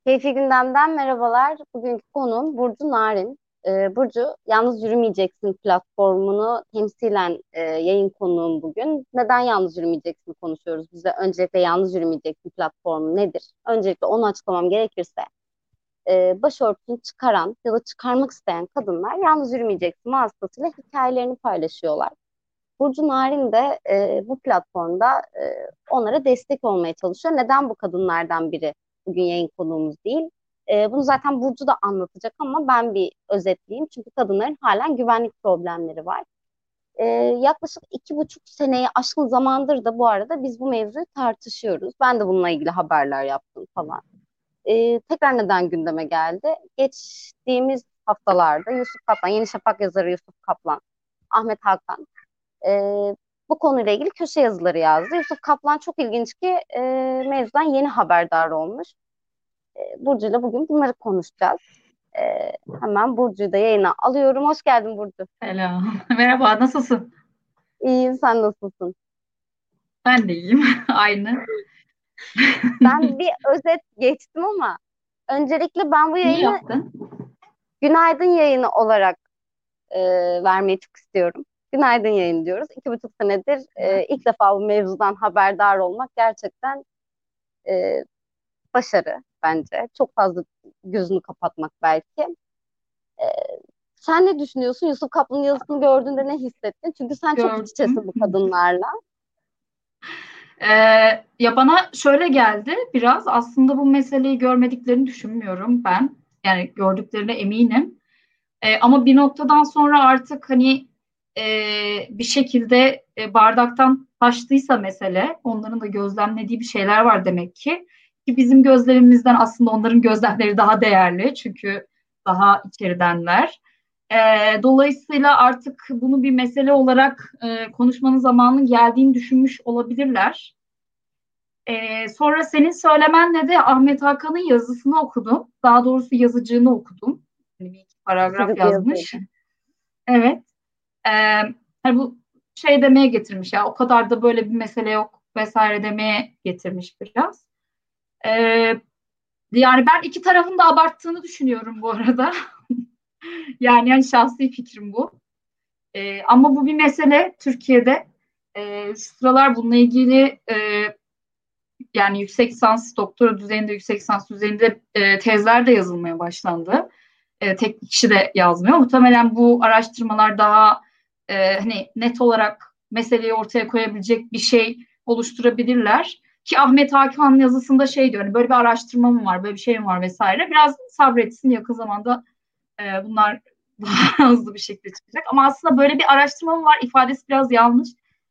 Keyfi Gündem'den merhabalar. Bugünkü konuğum Burcu Narin. Burcu, Yalnız Yürümeyeceksin platformunu temsilen yayın konuğum bugün. Neden Yalnız Yürümeyeceksin konuşuyoruz? Biz de öncelikle Yalnız Yürümeyeceksin platformu nedir? Öncelikle onu açıklamam gerekirse, başörtüsünü çıkaran ya da çıkarmak isteyen kadınlar Yalnız Yürümeyeceksin vasıtasıyla hikayelerini paylaşıyorlar. Burcu Narin de bu platformda onlara destek olmaya çalışıyor. Neden bu kadınlardan biri bugün yayın konuğumuz değil? Bunu zaten Burcu da anlatacak ama ben bir özetleyeyim. Çünkü kadınların halen güvenlik problemleri var. E, Yaklaşık 2,5 seneyi aşkın zamandır da bu arada biz bu mevzuyu tartışıyoruz. Ben de bununla ilgili haberler yaptım falan. Tekrar neden gündeme geldi? Geçtiğimiz haftalarda Yusuf Kaplan, Yeni Şafak yazarı Yusuf Kaplan, Ahmet Hakan e, bu konuyla ilgili köşe yazıları yazdı. Yusuf Kaplan çok ilginç ki mevzudan yeni haberdar olmuş. Burcu'yla bugün bunları konuşacağız. Hemen Burcu'yu da yayına alıyorum. Hoş geldin Burcu. Selam. Merhaba, nasılsın? İyiyim, sen nasılsın? Ben de iyiyim. Aynı. Ben bir özet geçtim ama öncelikle ben bu İyi yayını yaptın. günaydın yayını olarak e, vermeyi çok istiyorum. Günaydın yayın diyoruz. 2,5 senedir ilk defa bu mevzudan haberdar olmak gerçekten e, başarı bence. Çok fazla gözünü kapatmak belki. Ee, Sen ne düşünüyorsun? Yusuf Kaplan'ın yazısını gördüğünde ne hissettin? Çünkü sen çok iç içesin Gördüm. bu kadınlarla. Ya bana şöyle geldi biraz. Aslında bu meseleyi görmediklerini düşünmüyorum ben. Yani gördüklerine eminim. Ama bir noktadan sonra artık hani e, bir şekilde bardaktan taştıysa mesele, onların da gözlemlediği bir şeyler var demek ki. Ki bizim gözlemimizden aslında onların gözlemleri daha değerli. Çünkü daha içeridenler. Dolayısıyla artık bunu bir mesele olarak konuşmanın zamanının geldiğini düşünmüş olabilirler. Sonra senin söylemenle de Ahmet Hakan'ın yazısını okudum. Daha doğrusu yazıcığını okudum. Hani bir iki paragraf Çocuklu yazmış. yazıyordu. Evet. Ee, Hani bu şey demeye getirmiş ya, o kadar da böyle bir mesele yok vesaire demeye getirmiş biraz. Ee, Yani ben iki tarafın da abarttığını düşünüyorum bu arada. Yani şahsi fikrim bu. Ama bu bir mesele Türkiye'de. Şu sıralar bununla ilgili yani yüksek lisans, doktora düzeyinde, yüksek lisans düzeyinde tezler de yazılmaya başlandı. Tek bir kişi de yazmıyor. Muhtemelen bu araştırmalar daha hani net olarak meseleyi ortaya koyabilecek bir şey oluşturabilirler. Ki Ahmet Hakan yazısında şey diyor, hani böyle bir araştırma mı var, böyle bir şey mi var vesaire. Biraz sabretsin, yakın zamanda bunlar daha hızlı bir şekilde çıkacak. Ama aslında böyle bir araştırma mı var ifadesi biraz yanlış.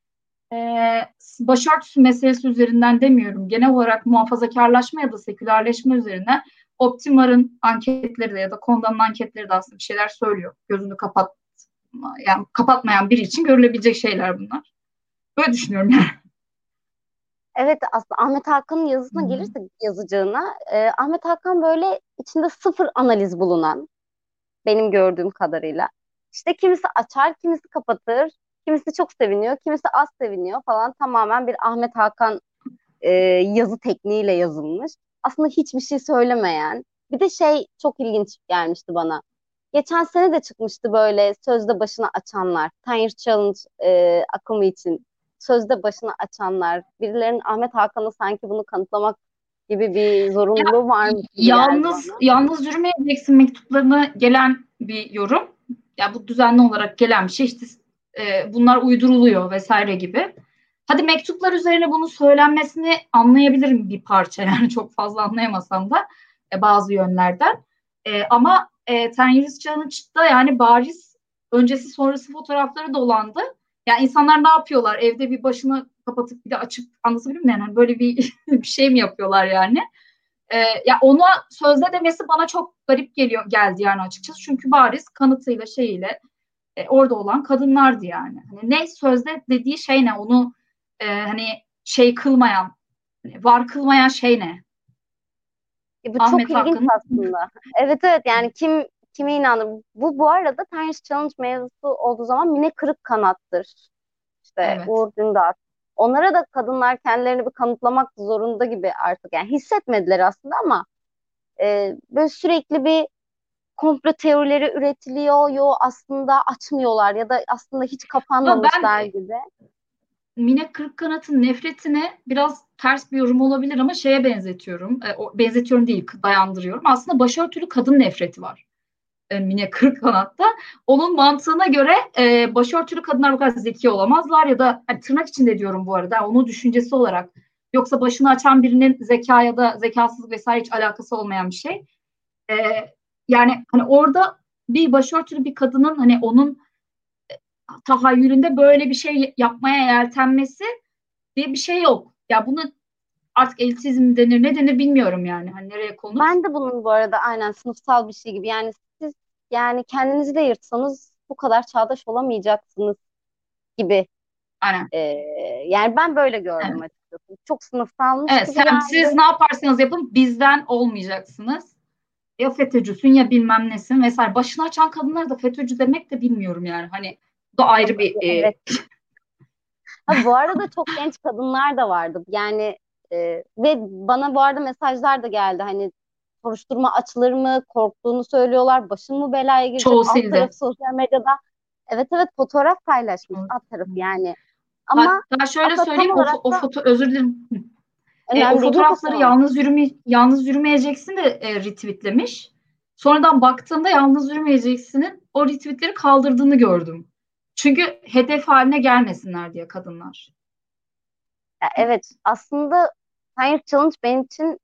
Başörtüsü meselesi üzerinden demiyorum. Genel olarak muhafazakarlaşma ya da sekülerleşme üzerinden Optimar'ın anketleri de ya da Konda'nın anketleri de aslında bir şeyler söylüyor. Gözünü yani kapatmayan biri için görülebilecek şeyler bunlar. Böyle düşünüyorum yani. Evet, aslında Ahmet Hakan'ın yazısına Hı. gelirsek yazacağına, Ahmet Hakan böyle içinde sıfır analiz bulunan benim gördüğüm kadarıyla. İşte kimisi açar, kimisi kapatır, kimisi çok seviniyor, kimisi az seviniyor falan, tamamen bir Ahmet Hakan yazı tekniğiyle yazılmış. Aslında hiçbir şey söylemeyen. Bir de şey çok ilginç gelmişti bana. Geçen sene de çıkmıştı böyle sözde başına açanlar. 10 Year Challenge akımı için sözde başına açanlar. Birilerinin Ahmet Hakan'a sanki bunu kanıtlamak gibi bir Ya, zorunluluğu varmış gibi geldi yalnız bana. yalnız yürümeyeceksin mektuplarına gelen bir yorum. Ya bu düzenli olarak gelen bir şey işte, bunlar uyduruluyor vesaire gibi. Hadi mektuplar üzerine bunun söylenmesini anlayabilirim bir parça, yani çok fazla anlayamasam da bazı yönlerden. Ama Ten Years Challenge'da yani bariz öncesi sonrası fotoğrafları dolandı. Yani insanlar ne yapıyorlar? Evde bir başını kapatıp bir de açıp, anlatabiliyor muyum? Yani böyle bir bir şey mi yapıyorlar yani? Ya ona sözde demesi bana çok garip geldi yani açıkçası. Çünkü bariz kanıtıyla şeyiyle orada olan kadınlardı yani. Hani ne sözde dediği şey ne? Onu hani şey kılmayan, hani var kılmayan şey ne? Bu çok Ahmet ilginç Hakan'ın. aslında. Evet, evet, yani kime inanır? Bu arada Tennis Challenge mevzusu olduğu zaman Mine Kırıkkanattır. İşte Evet. Uğur Dündar. Onlara da kadınlar kendilerini bir kanıtlamak zorunda gibi artık. Yani hissetmediler aslında ama Böyle sürekli bir komplo teorileri üretiliyor. Yo aslında açmıyorlar ya da aslında hiç Ama ben kapanmamışlar gibi. Mine Kırıkkanat'ın nefretine biraz ters bir yorum olabilir ama şeye benzetiyorum. Benzetiyorum değil, dayandırıyorum. Aslında başörtülü kadın nefreti var. Mine Kırıkkanat'ta. Onun mantığına göre başörtülü kadınlar bu kadar zeki olamazlar ya da hani tırnak içinde diyorum bu arada onun düşüncesi olarak. Yoksa başını açan birinin zeka ya da zekasızlık vesaire hiç alakası olmayan bir şey. E, Yani hani orada bir başörtülü bir kadının hani onun tahayyülünde böyle bir şey yapmaya yeltenmesi diye bir şey yok. Ya bunu artık elitizm mi denir ne denir bilmiyorum yani. Hani nereye konur? Ben de bunun bu arada aynen sınıfsal bir şey gibi. Yani siz yani kendinizi de yırtsanız bu kadar çağdaş olamayacaksınız gibi. Aynen. Ee, Yani ben böyle gördüm Evet. açıkçası. Çok sınıfsalmış Evet, gibi siz geldi. ne yaparsanız yapın bizden olmayacaksınız. Ya FETÖ'cüsün ya bilmem nesin vesaire. Başını açan kadınlara da FETÖ'cü demek de bilmiyorum yani. Hani bu da ayrı bir Evet. Ha, bu arada çok genç kadınlar da vardı. Yani ve bana bu arada mesajlar da geldi. Hani soruşturma açılır mı? Korktuğunu söylüyorlar. Başın mı belaya girecek? çoğu Alt sildi. tarafı sosyal medyada. Evet evet fotoğraf paylaşmış alt tarafı yani. Ama Hatta şöyle aslında tam söyleyeyim olarak o da foto özür dilerim. O önemli değil fotoğrafları mikrofon. yalnız yürümeyeceksin de retweetlemiş. Sonradan baktığımda yalnız yürümeyeceksinin o retweetleri kaldırdığını gördüm. Çünkü hedef haline gelmesinler diye kadınlar. Ya evet aslında Hayır Challenge benim için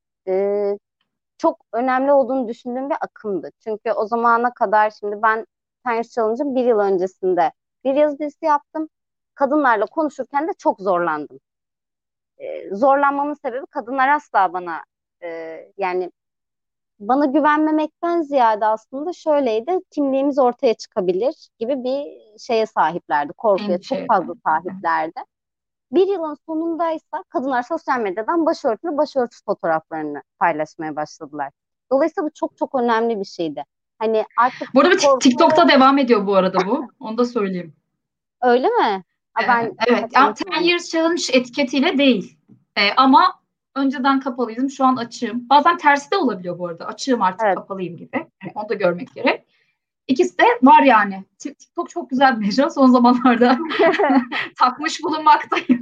çok önemli olduğunu düşündüğüm bir akımdı. Çünkü o zamana kadar şimdi ben Science Challenge'ın bir yıl öncesinde bir yazı dizisi yaptım. Kadınlarla konuşurken de çok zorlandım. Zorlanmamın sebebi kadınlar asla bana e, yani bana güvenmemekten ziyade aslında şöyleydi. Kimliğimiz ortaya çıkabilir gibi bir şeye sahiplerdi. Korkuya çok Endişe. fazla sahiplerdi. Bir yılın sonundaysa kadınlar sosyal medyadan başörtüsü fotoğraflarını paylaşmaya başladılar. Dolayısıyla bu çok çok önemli bir şeydi. Hani artık Bu arada korkuları TikTok'ta devam ediyor bu arada bu. Onu da söyleyeyim. öyle mi? Ha, ben Evet. Ama kaçırmışım 10 onu. Years Challenge etiketiyle değil. Ama önceden kapalıydım. Şu an açığım. Bazen tersi de olabiliyor bu arada. Açığım artık Evet. kapalıyım gibi. Yani onu da görmek gerek. İkisi de var yani. TikTok çok güzel bir mecra. Son zamanlarda takmış bulunmaktayım.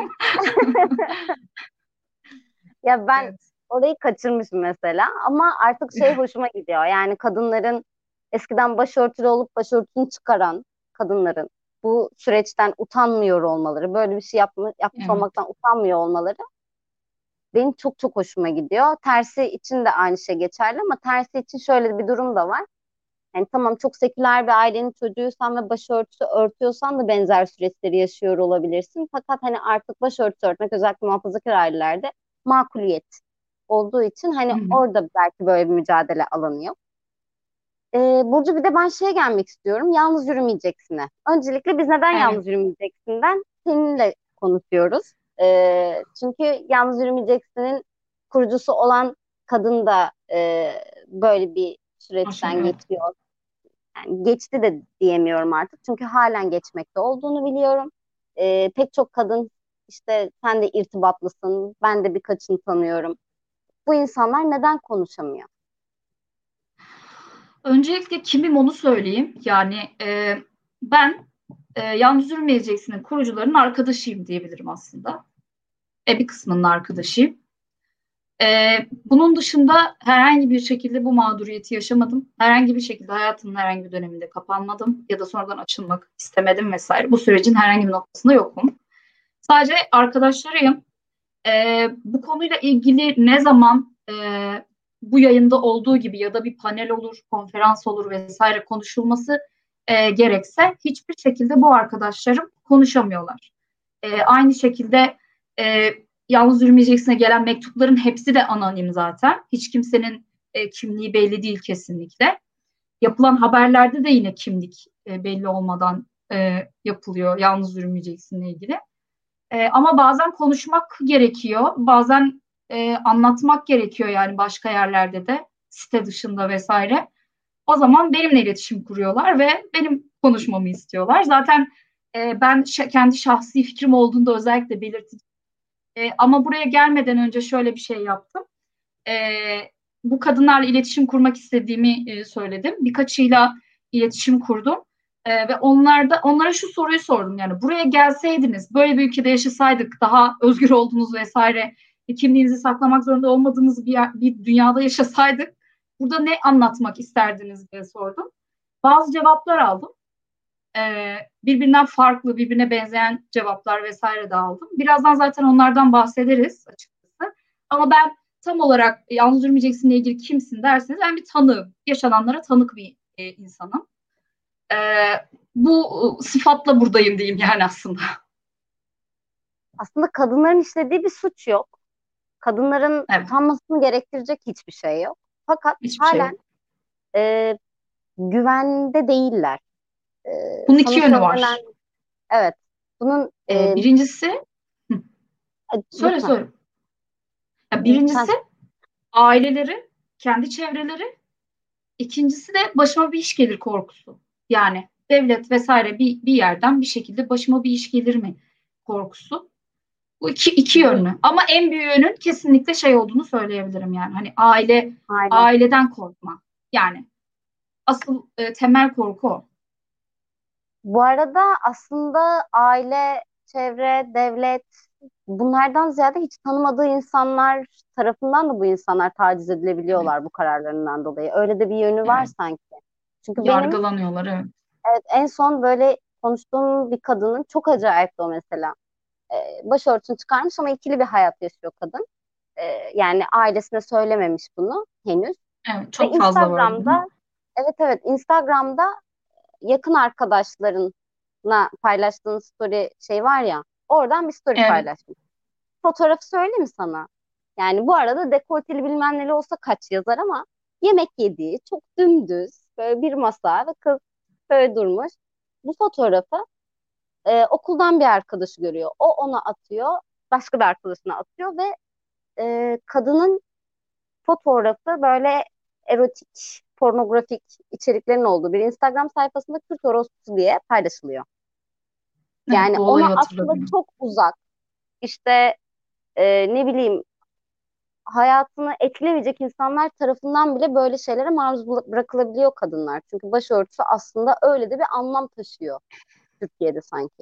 Ya ben Evet. orayı kaçırmışım mesela ama artık şey hoşuma gidiyor. Yani kadınların eskiden başörtülü olup başörtüsünü çıkaran kadınların bu süreçten utanmıyor olmaları, böyle bir şey yapmış Evet. olmaktan utanmıyor olmaları benim çok çok hoşuma gidiyor. Tersi için de aynı şey geçerli ama tersi için şöyle bir durum da var. Yani tamam çok seküler bir ailenin çocuğuysan ve başörtüsü örtüyorsan da benzer süreçleri yaşıyor olabilirsin. Fakat hani artık başörtüsü örtmek özellikle muhafazakar ailelerde makuliyet olduğu için hani Hı hı. orada belki böyle bir mücadele alınıyor. Burcu bir de ben şeye gelmek istiyorum. Yalnız yürümeyeceksine. Öncelikle biz neden Evet. yalnız yürümeyeceksinden seninle konuşuyoruz. Çünkü yalnız yürümeyeceksinin kurucusu olan kadın da böyle bir O şey, süreçten evet. geçiyor. Yani geçti de diyemiyorum artık. Çünkü halen geçmekte olduğunu biliyorum. Pek çok kadın işte sen de irtibatlısın. Ben de birkaçını tanıyorum. Bu insanlar neden konuşamıyor? Öncelikle kimim onu söyleyeyim. Yani ben Yalnız Yürümeyeceksinin kurucularının arkadaşıyım diyebilirim aslında. Bir kısmının arkadaşıyım. Bunun dışında herhangi bir şekilde bu mağduriyeti yaşamadım. Herhangi bir şekilde hayatımın herhangi bir döneminde kapanmadım ya da sonradan açılmak istemedim vesaire. Bu sürecin herhangi bir noktasında yokum. Sadece arkadaşlarıyım. Bu konuyla ilgili ne zaman bu yayında olduğu gibi ya da bir panel olur, konferans olur vesaire konuşulması gerekse hiçbir şekilde bu arkadaşlarım konuşamıyorlar. Aynı şekilde e, Yalnız Yürümeyeceksine gelen mektupların hepsi de anonim zaten. Hiç kimsenin kimliği belli değil kesinlikle. Yapılan haberlerde de yine kimlik belli olmadan yapılıyor Yalnız Yürümeyeceksinle ilgili. Ama bazen konuşmak gerekiyor. Bazen anlatmak gerekiyor yani başka yerlerde de site dışında vesaire. O zaman benimle iletişim kuruyorlar ve benim konuşmamı istiyorlar. Zaten ben kendi şahsi fikrim olduğunda özellikle belirteceğim. Ama buraya gelmeden önce şöyle bir şey yaptım. E, bu kadınlarla iletişim kurmak istediğimi söyledim. Birkaçıyla iletişim kurdum. Ve onlara şu soruyu sordum. Yani buraya gelseydiniz, böyle bir ülkede yaşasaydık, daha özgür olduğunuz vesaire, kimliğinizi saklamak zorunda olmadığınız bir dünyada yaşasaydık, burada ne anlatmak isterdiniz diye sordum. Bazı cevaplar aldım. Birbirinden farklı, birbirine benzeyen cevaplar vesaire de aldım. Birazdan zaten onlardan bahsederiz açıkçası. Ama ben tam olarak yalnız yürümeyeceksinle ilgili kimsin derseniz, ben bir tanığım. Yaşananlara tanık bir insanım. E, Bu sıfatla buradayım diyeyim yani aslında. Aslında kadınların işlediği bir suç yok. Kadınların Evet, utanmasını gerektirecek hiçbir şey yok. Fakat hiçbir şey halen yok. e, güvende değiller. Bunun iki Sana yönü söylenen, var. evet, bunun Birincisi, hı, söyle lütfen. söyle. Ya birincisi Sen, aileleri, kendi çevreleri. İkincisi de başıma bir iş gelir korkusu. Yani devlet vesaire bir yerden bir şekilde başıma bir iş gelir mi korkusu. Bu iki yönlü. Ama en büyüğünün kesinlikle şey olduğunu söyleyebilirim yani. Hani aynen. aileden korkma. Yani asıl temel korku o. Bu arada aslında aile, çevre, devlet, bunlardan ziyade hiç tanımadığı insanlar tarafından da bu insanlar taciz Evet, edilebiliyorlar bu kararlarından dolayı. Öyle de bir yönü var evet. sanki. Çünkü benim, Yargılanıyorlar, evet. evet, en son böyle konuştuğum bir kadının çok acayipti o mesela. Başörtüsünü çıkarmış ama ikili bir hayat yaşıyor kadın. Yani ailesine söylememiş bunu henüz. Evet, Ve çok fazla var bunun. Instagram'da, evet evet, Instagram'da yakın arkadaşlarına paylaştığın story şey var ya, oradan bir story Evet. paylaşmış. Fotoğrafı söyleyeyim mi sana? Yani bu arada dekolteli bilmem neli olsa kaç yazar ama yemek yediği çok dümdüz böyle bir masa ve kız böyle durmuş. Bu fotoğrafı okuldan bir arkadaşı görüyor. O ona atıyor, başka bir arkadaşına atıyor ve kadının fotoğrafı böyle erotik, pornografik içeriklerin olduğu bir Instagram sayfasında Kürt orospusu diye paylaşılıyor. Evet, Yani bu ona olayı aslında hatırladım. çok uzak, işte ne bileyim, hayatını etkilemeyecek insanlar tarafından bile böyle şeylere maruz bırakılabiliyor kadınlar. Çünkü başörtüsü aslında öyle de bir anlam taşıyor Türkiye'de sanki.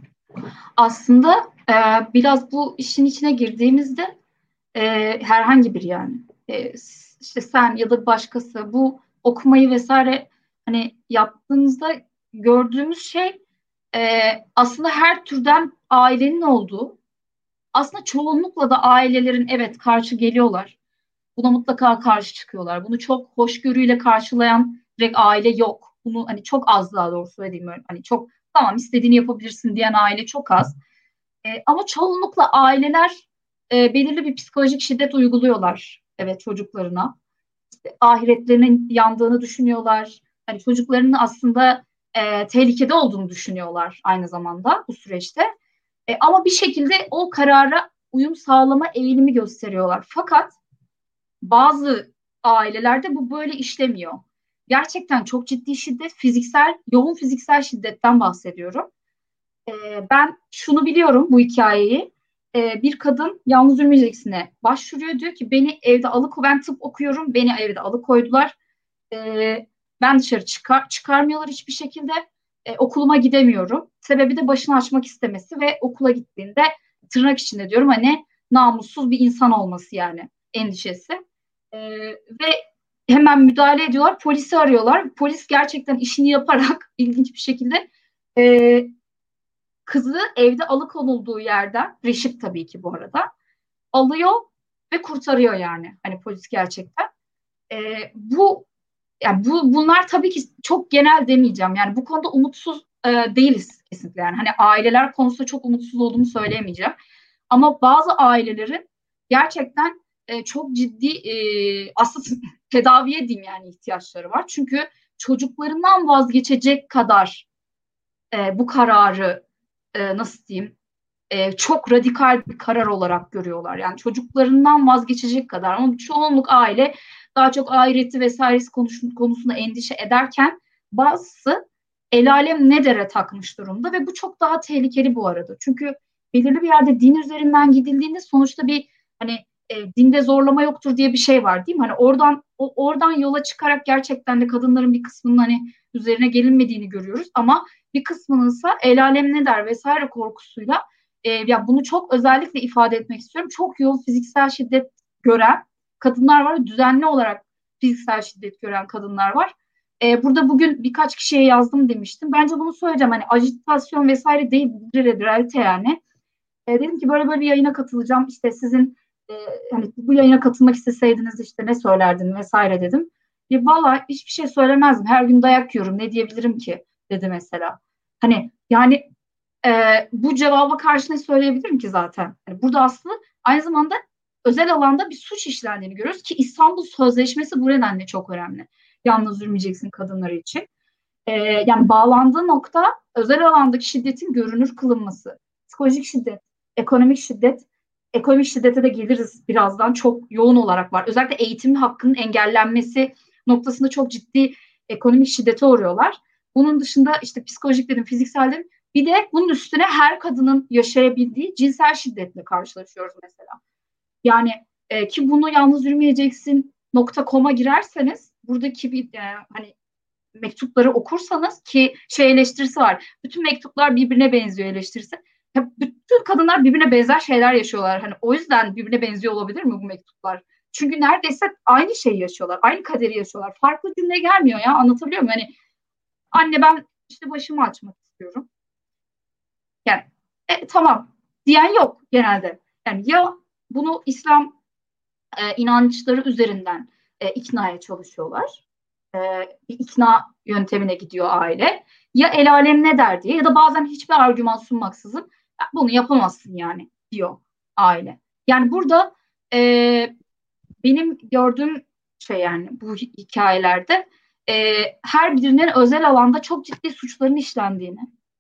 Aslında biraz bu işin içine girdiğimizde herhangi bir yani işte sen ya da başkası bu okumayı vesaire hani yaptığınızda gördüğümüz şey aslında her türden ailenin olduğu, aslında çoğunlukla da ailelerin evet karşı geliyorlar. Buna mutlaka karşı çıkıyorlar. Bunu çok hoşgörüyle karşılayan direkt aile yok. Bunu hani çok az, daha doğrusu söyleyeyim öyle. Hani çok tamam istediğini yapabilirsin diyen aile çok az. Ama çoğunlukla aileler belirli bir psikolojik şiddet uyguluyorlar evet çocuklarına. İşte ahiretlerinin yandığını düşünüyorlar. Hani çocuklarının aslında tehlikede olduğunu düşünüyorlar aynı zamanda bu süreçte. Ama bir şekilde o karara uyum sağlama eğilimi gösteriyorlar. Fakat bazı ailelerde bu böyle işlemiyor. Gerçekten çok ciddi şiddet, fiziksel, yoğun fiziksel şiddetten bahsediyorum. Ben şunu biliyorum bu hikayeyi. Bir kadın yalnız yürümeyeceksine başvuruyor. Diyor ki beni evde ben tıp okuyorum. Beni evde alıkoydular. Ben dışarı çıkarmıyorlar hiçbir şekilde. Okuluma gidemiyorum. Sebebi de başını açmak istemesi ve okula gittiğinde tırnak içinde diyorum hani namussuz bir insan olması yani endişesi. Ve hemen müdahale ediyorlar. Polisi arıyorlar. Polis gerçekten işini yaparak ilginç bir şekilde e, kızı evde alıkonulduğu yerden, Reşit tabii ki bu arada, alıyor ve kurtarıyor yani. Hani polis gerçekten. Bu yani bunlar tabii ki çok genel demeyeceğim. Yani bu konuda umutsuz değiliz kesinlikle. Yani hani aileler konusunda çok umutsuz olduğumu söyleyemeyeceğim. Ama bazı ailelerin gerçekten çok ciddi aslında tedaviye diyeyim yani ihtiyaçları var. Çünkü çocuklarından vazgeçecek kadar bu kararı nasıl diyeyim çok radikal bir karar olarak görüyorlar. Yani çocuklarından vazgeçecek kadar ama çoğunluk aile daha çok ahireti vesairesi konusunda endişe ederken bazısı el alem ne dere takmış durumda ve bu çok daha tehlikeli bu arada. Çünkü belirli bir yerde din üzerinden gidildiğinde sonuçta bir hani dinde zorlama yoktur diye bir şey var değil mi? Hani oradan yola çıkarak gerçekten de kadınların bir kısmının hani üzerine gelinmediğini görüyoruz ama bir kısmının ise el alem ne der vesaire korkusuyla ya bunu çok özellikle ifade etmek istiyorum. Çok yoğun fiziksel şiddet gören kadınlar var. Düzenli olarak fiziksel şiddet gören kadınlar var. Burada bugün birkaç kişiye yazdım demiştim. Bence bunu söyleyeceğim. Hani ajitasyon vesaire değil, realite yani. Dedim ki böyle böyle bir yayına katılacağım. İşte sizin e, hani bu yayına katılmak isteseydiniz işte ne söylerdin vesaire dedim. Vallahi hiçbir şey söylemezdim. Her gün dayak yiyorum. Ne diyebilirim ki dedi mesela. Hani yani bu cevaba karşı ne söyleyebilirim ki zaten? Yani burada aslında aynı zamanda özel alanda bir suç işlendiğini görüyoruz ki İstanbul Sözleşmesi bu nedenle çok önemli. Yalnız yürümeyeceksin kadınları için. Yani bağlandığı nokta özel alandaki şiddetin görünür kılınması. Psikolojik şiddet, ekonomik şiddet, ekonomik şiddete de geliriz birazdan çok yoğun olarak var. Özellikle eğitim hakkının engellenmesi noktasında çok ciddi ekonomik şiddete uğruyorlar. Bunun dışında işte psikolojik dedim, fiziksel dedim. Bir de bunun üstüne her kadının yaşayabildiği cinsel şiddetle karşılaşıyoruz mesela. Yani ki bunu yalnız yürümeyeceksin .com'a girerseniz buradaki bir hani mektupları okursanız ki şey eleştirisi var. Bütün mektuplar birbirine benziyor eleştirisi. Ya bütün kadınlar birbirine benzer şeyler yaşıyorlar. Hani o yüzden birbirine benziyor olabilir mi bu mektuplar? Çünkü neredeyse aynı şeyi yaşıyorlar. Aynı kaderi yaşıyorlar. Farklı cümle gelmiyor ya. Anlatabiliyor muyum? Hani anne ben işte başımı açmak istiyorum. Yani tamam diyen yok genelde. Yani ya bunu İslam inançları üzerinden iknaya çalışıyorlar. E, Bir ikna yöntemine gidiyor aile. Ya el alem ne der diye ya da bazen hiçbir argüman sunmaksızın bunu yapamazsın yani diyor aile. Yani burada e, benim gördüğüm şey yani bu hikayelerde her birinin özel alanda çok ciddi suçların işlendiğini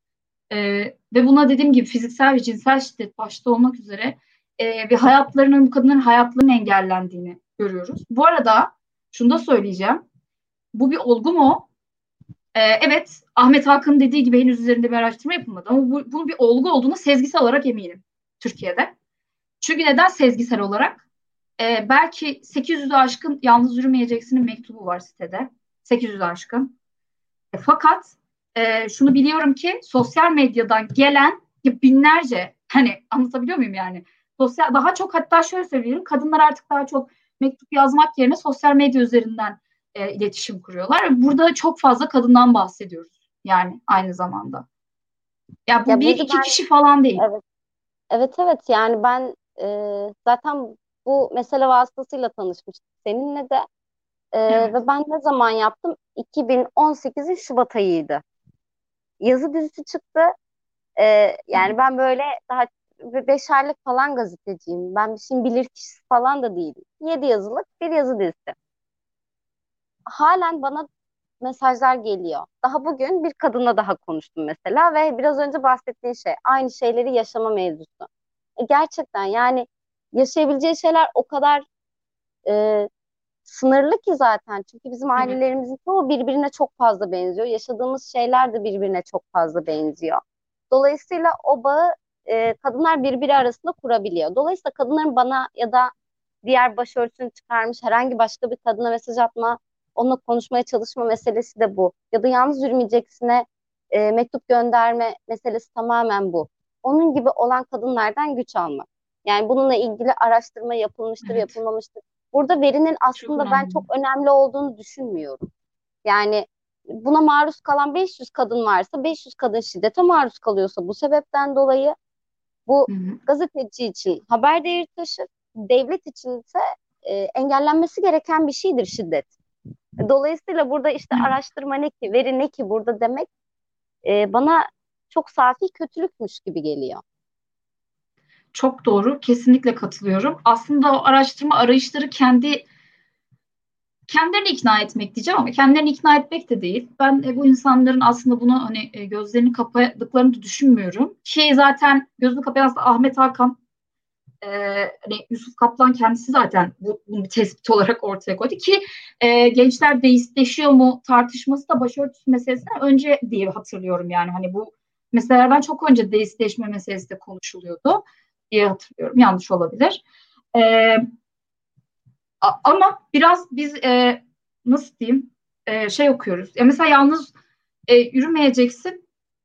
ve buna dediğim gibi fiziksel ve cinsel şiddet başta olmak üzere ve hayatlarının, bu kadınların hayatlarının engellendiğini görüyoruz. Bu arada şunu da söyleyeceğim. Bu bir olgu mu? Evet, Ahmet Hakan'ın dediği gibi henüz üzerinde bir araştırma yapılmadı ama bunun bir olgu olduğunu sezgisel olarak eminim Türkiye'de. Çünkü neden sezgisel olarak? Belki 800'ü aşkın yalnız yürümeyeceksinin mektubu var sitede. 800'ü aşkın. Fakat şunu biliyorum ki sosyal medyadan gelen binlerce hani anlatabiliyor muyum yani? Daha çok hatta şöyle söyleyeyim kadınlar artık daha çok mektup yazmak yerine sosyal medya üzerinden iletişim kuruyorlar. Burada çok fazla kadından bahsediyoruz yani aynı zamanda. Ya bu Ya bir burada iki ben kişi falan değil. evet, evet yani ben zaten bu mesele vasıtasıyla tanışmıştım seninle de. Evet. Ve ben ne zaman yaptım? 2018'in Şubat ayıydı. Yazı dizisi çıktı. Yani ben böyle daha 5 aylık falan gazeteciyim. Ben bir şeyin bilir kişisi falan da değilim. 7 yazılık bir yazı dizisi. Halen bana mesajlar geliyor. Daha bugün bir kadınla daha konuştum mesela ve biraz önce bahsettiğin şey aynı şeyleri yaşama mevzusu. Gerçekten yani yaşayabileceği şeyler o kadar e, sınırlı ki zaten. Çünkü bizim Evet. ailelerimizin çoğu birbirine çok fazla benziyor. Yaşadığımız şeyler de birbirine çok fazla benziyor. Dolayısıyla o bağı kadınlar birbiri arasında kurabiliyor. Dolayısıyla kadınların bana ya da diğer başörtüsünü çıkarmış herhangi başka bir kadına mesaj atma, onunla konuşmaya çalışma meselesi de bu. Ya da yalnız yürümeyeceksine mektup gönderme meselesi tamamen bu. Onun gibi olan kadınlardan güç almak. Yani bununla ilgili araştırma yapılmıştır, Evet. yapılmamıştır. Burada verinin Çok aslında ben önemli. çok önemli olduğunu düşünmüyorum. Yani buna maruz kalan 500 kadın varsa 500 kadın şiddete maruz kalıyorsa bu sebepten dolayı bu Hı hı. gazeteci için haber değeri taşır, devlet için ise engellenmesi gereken bir şeydir şiddet. Dolayısıyla burada işte Evet. araştırma ne ki, veri ne ki burada demek bana çok safi kötülükmüş gibi geliyor. Çok doğru. Kesinlikle katılıyorum. Aslında o araştırma arayışları kendilerini ikna etmek diyeceğim ama kendilerini ikna etmek de değil. Ben bu insanların aslında bunu hani gözlerini kapadıklarını da düşünmüyorum. Ki zaten gözünü kapayan aslında Ahmet Hakan, e, hani Yusuf Kaplan kendisi zaten bunu bir tespit olarak ortaya koydu ki gençler deistleşiyor mu tartışması da başörtüsü meselesinden önce diye hatırlıyorum yani hani bu meselelerden çok önce deistleşme meselesi de konuşuluyordu diye hatırlıyorum. Yanlış olabilir. Ama biraz biz nasıl diyeyim şey okuyoruz. Ya mesela yalnız yürümeyeceksin.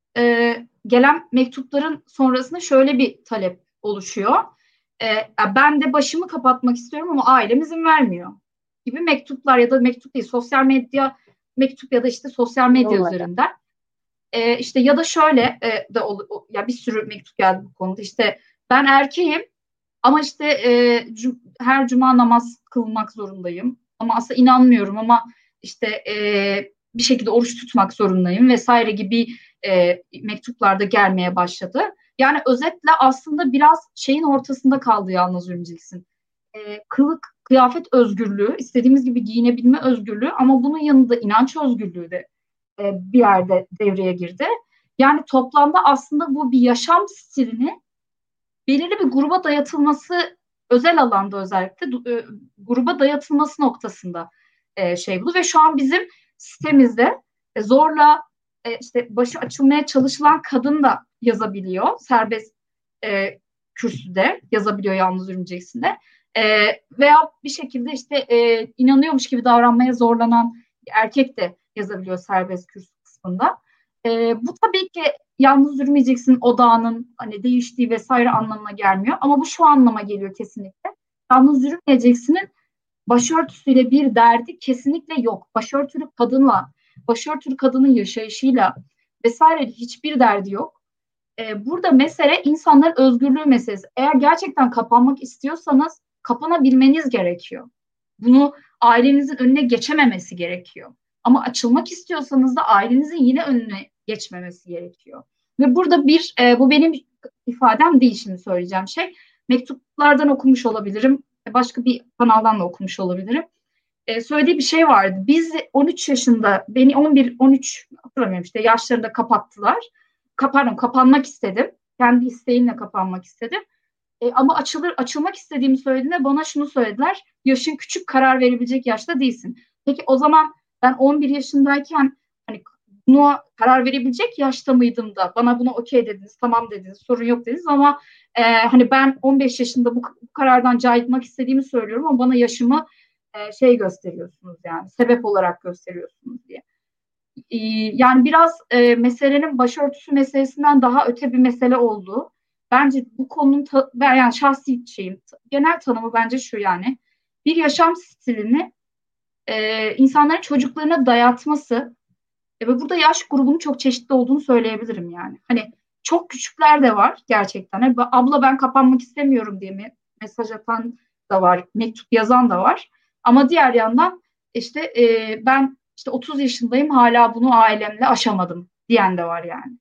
Gelen mektupların sonrasında şöyle bir talep oluşuyor. Ben de başımı kapatmak istiyorum ama ailem izin vermiyor gibi mektuplar ya da mektup değil sosyal medya mektup ya da işte sosyal medya Yorumları. üzerinden. İşte ya da şöyle ya bir sürü mektup geldi bu konuda. İşte ben erkeğim ama işte her cuma namaz kılmak zorundayım. Ama aslında inanmıyorum ama işte bir şekilde oruç tutmak zorundayım vesaire gibi mektuplar da gelmeye başladı. Yani özetle aslında biraz şeyin ortasında kaldı yalnız Ümceksin. Kılık, kıyafet özgürlüğü, istediğimiz gibi giyinebilme özgürlüğü ama bunun yanında inanç özgürlüğü de bir yerde devreye girdi. Yani toplamda aslında bu bir yaşam stilini belirli bir gruba dayatılması özel alanda özellikle gruba dayatılması noktasında şey bu ve şu an bizim sitemizde zorla işte başı açılmaya çalışılan kadın da yazabiliyor. Serbest kürsüde yazabiliyor yalnız örümceksinde. E, Veya bir şekilde işte inanıyormuş gibi davranmaya zorlanan erkek de yazabiliyor serbest kürsü kısmında. Bu tabii ki yalnız yürümeyeceksin odağının hani değiştiği vesaire anlamına gelmiyor. Ama bu şu anlama geliyor kesinlikle. Yalnız yürümeyeceksinin başörtüsüyle bir derdi kesinlikle yok. Başörtülü kadınla, başörtülü kadının yaşayışıyla vesaire hiçbir derdi yok. Burada mesele insanların özgürlüğü meselesi. Eğer gerçekten kapanmak istiyorsanız kapanabilmeniz gerekiyor. Bunu ailenizin önüne geçememesi gerekiyor. Ama açılmak istiyorsanız da ailenizin yine önüne geçmemesi gerekiyor. Ve burada bu benim ifadem değil şimdi söyleyeceğim şey. Mektuplardan okumuş olabilirim. Başka bir kanaldan da okumuş olabilirim. Söylediği bir şey vardı. Biz 13 yaşında, beni 11-13 hatırlamıyorum işte yaşlarında kapattılar. Kapanmak istedim. Kendi isteğimle kapanmak istedim. Ama açılmak istediğimi söylediğinde bana şunu söylediler. Yaşın küçük, karar verebilecek yaşta değilsin. Peki o zaman ben 11 yaşındayken hani buna karar verebilecek yaşta mıydım da bana buna okey dediniz, tamam dediniz, sorun yok dediniz ama hani ben 15 yaşında bu karardan caymak istediğimi söylüyorum ama bana yaşımı şey gösteriyorsunuz yani sebep olarak gösteriyorsunuz diye. Yani biraz meselenin başörtüsü meselesinden daha öte bir mesele olduğu. Bence bu konunun ben yani şahsi şeyim genel tanımı bence şu yani bir yaşam stilini insanların çocuklarına dayatması ve burada yaş grubunun çok çeşitli olduğunu söyleyebilirim yani. Hani çok küçükler de var gerçekten. Hani, abla ben kapanmak istemiyorum diye mi mesaj atan da var, mektup yazan da var. Ama diğer yandan işte ben işte 30 yaşındayım hala bunu ailemle aşamadım diyen de var yani.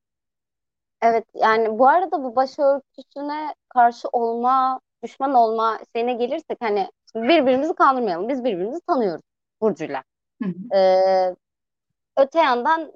Evet, yani bu arada bu başörtüsüne karşı olma, düşman olma şeyine gelirsek hani şimdi birbirimizi kandırmayalım. Biz birbirimizi tanıyoruz Burcu'yla. Hı hı. Öte yandan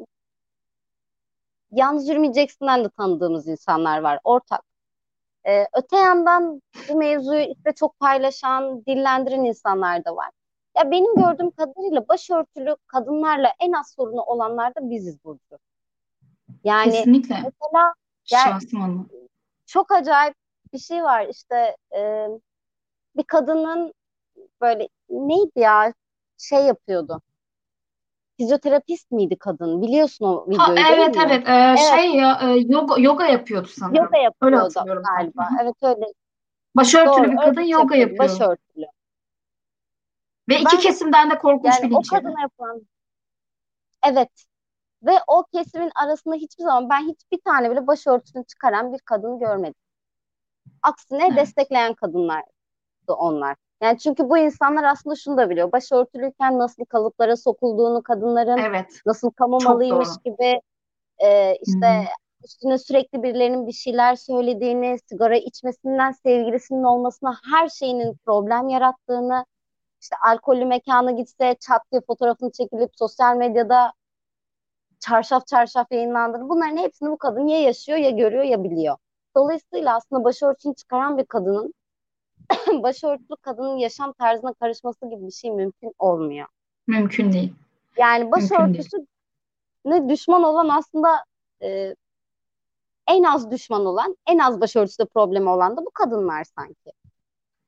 yalnız yürümeyeceksinden de tanıdığımız insanlar var. Ortak. Öte yandan bu mevzuyu işte çok paylaşan, dillendiren insanlar da var. Ya benim gördüğüm kadarıyla başörtülü kadınlarla en az sorunu olanlar da biziz Burcu. Yani Kesinlikle mesela ya şahsım onu. çok acayip bir şey var işte bir kadının böyle neydi ya şey yapıyordu. Fizyoterapist miydi kadın? Biliyorsun o Ha videoyu değil evet mi? evet Evet, şey ya yoga yapıyordu yoga sanırım. Öyle yapıyordu hatırlıyorum ben. Hı galiba. hı. Evet öyle. Başörtülü Doğru bir öyle kadın bir şey yoga yapıyordu. yapıyor. Başörtülü. Ve iki Ben kesimden de korkunç yani bir o linç yedi. kadına yapılan evet ve o kesimin arasında hiçbir zaman ben hiçbir tane bile başörtüsünü çıkaran bir kadın görmedim. Aksine Evet. destekleyen kadınlardı onlar. Yani çünkü bu insanlar aslında şunu da biliyor. Başörtülüyken nasıl kalıplara sokulduğunu, kadınların Evet. nasıl kamu Çok malıymış doğru. gibi Hı işte hı. üstüne sürekli birilerinin bir şeyler söylediğini, sigara içmesinden sevgilisinin olmasına her şeyinin problem yarattığını, işte alkollü mekana gitse çat diye fotoğrafını çekilip sosyal medyada çarşaf çarşaf yayınlandığını bunların hepsini bu kadın ya yaşıyor ya görüyor ya biliyor. Dolayısıyla aslında başörtüsünü çıkaran bir kadının başörtülü kadının yaşam tarzına karışması gibi bir şey mümkün olmuyor. Mümkün değil. Yani Mümkün değil. başörtüsü ne düşman olan aslında e, en az düşman olan, en az başörtüsü problemi olan da bu kadınlar sanki.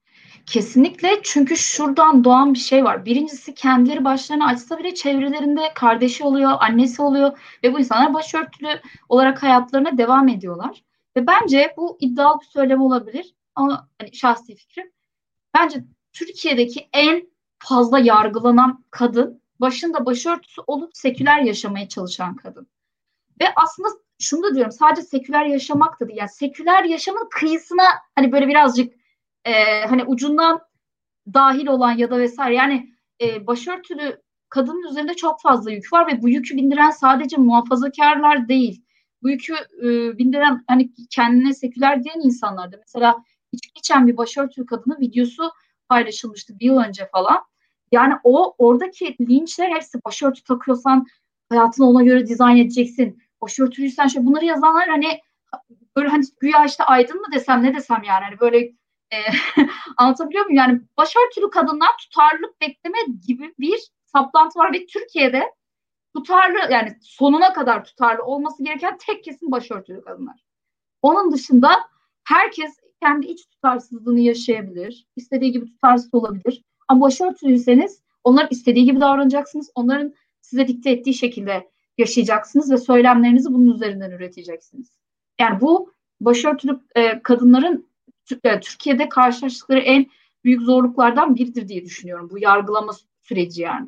Kesinlikle, çünkü şuradan doğan bir şey var. Birincisi, kendileri başlarına açsa bile çevrelerinde kardeşi oluyor, annesi oluyor ve bu insanlar başörtülü olarak hayatlarına devam ediyorlar. Ve bence bu iddialı bir söylem olabilir ama hani şahsi fikrim. Bence Türkiye'deki en fazla yargılanan kadın, başında başörtüsü olup seküler yaşamaya çalışan kadın. Ve aslında şunu da diyorum, sadece seküler yaşamak da değil. Yani seküler yaşamın kıyısına hani böyle birazcık hani ucundan dahil olan ya da vesaire. Yani başörtülü kadının üzerinde çok fazla yük var ve bu yükü bindiren sadece muhafazakarlar değil. Bu yükü bindiren hani kendine seküler diyen insanlar da. Mesela içki içen bir başörtülü kadının videosu paylaşılmıştı bir yıl önce falan. Yani oradaki linçler hepsi, başörtü takıyorsan hayatını ona göre dizayn edeceksin. Başörtülüysen şey, bunları yazanlar hani böyle hani güya işte aydın mı desem ne desem, yani hani böyle e, anlatabiliyor muyum? Yani başörtülü kadından tutarlılık bekleme gibi bir saplantı var ve Türkiye'de tutarlı, yani sonuna kadar tutarlı olması gereken tek kesim başörtülü kadınlar. Onun dışında herkes kendi iç tutarsızlığını yaşayabilir. İstediği gibi tutarsız olabilir. Ama başörtülüyseniz onların istediği gibi davranacaksınız. Onların size dikte ettiği şekilde yaşayacaksınız ve söylemlerinizi bunun üzerinden üreteceksiniz. Yani bu başörtülü kadınların Türkiye'de karşılaştıkları en büyük zorluklardan biridir diye düşünüyorum. Bu yargılama süreci yani.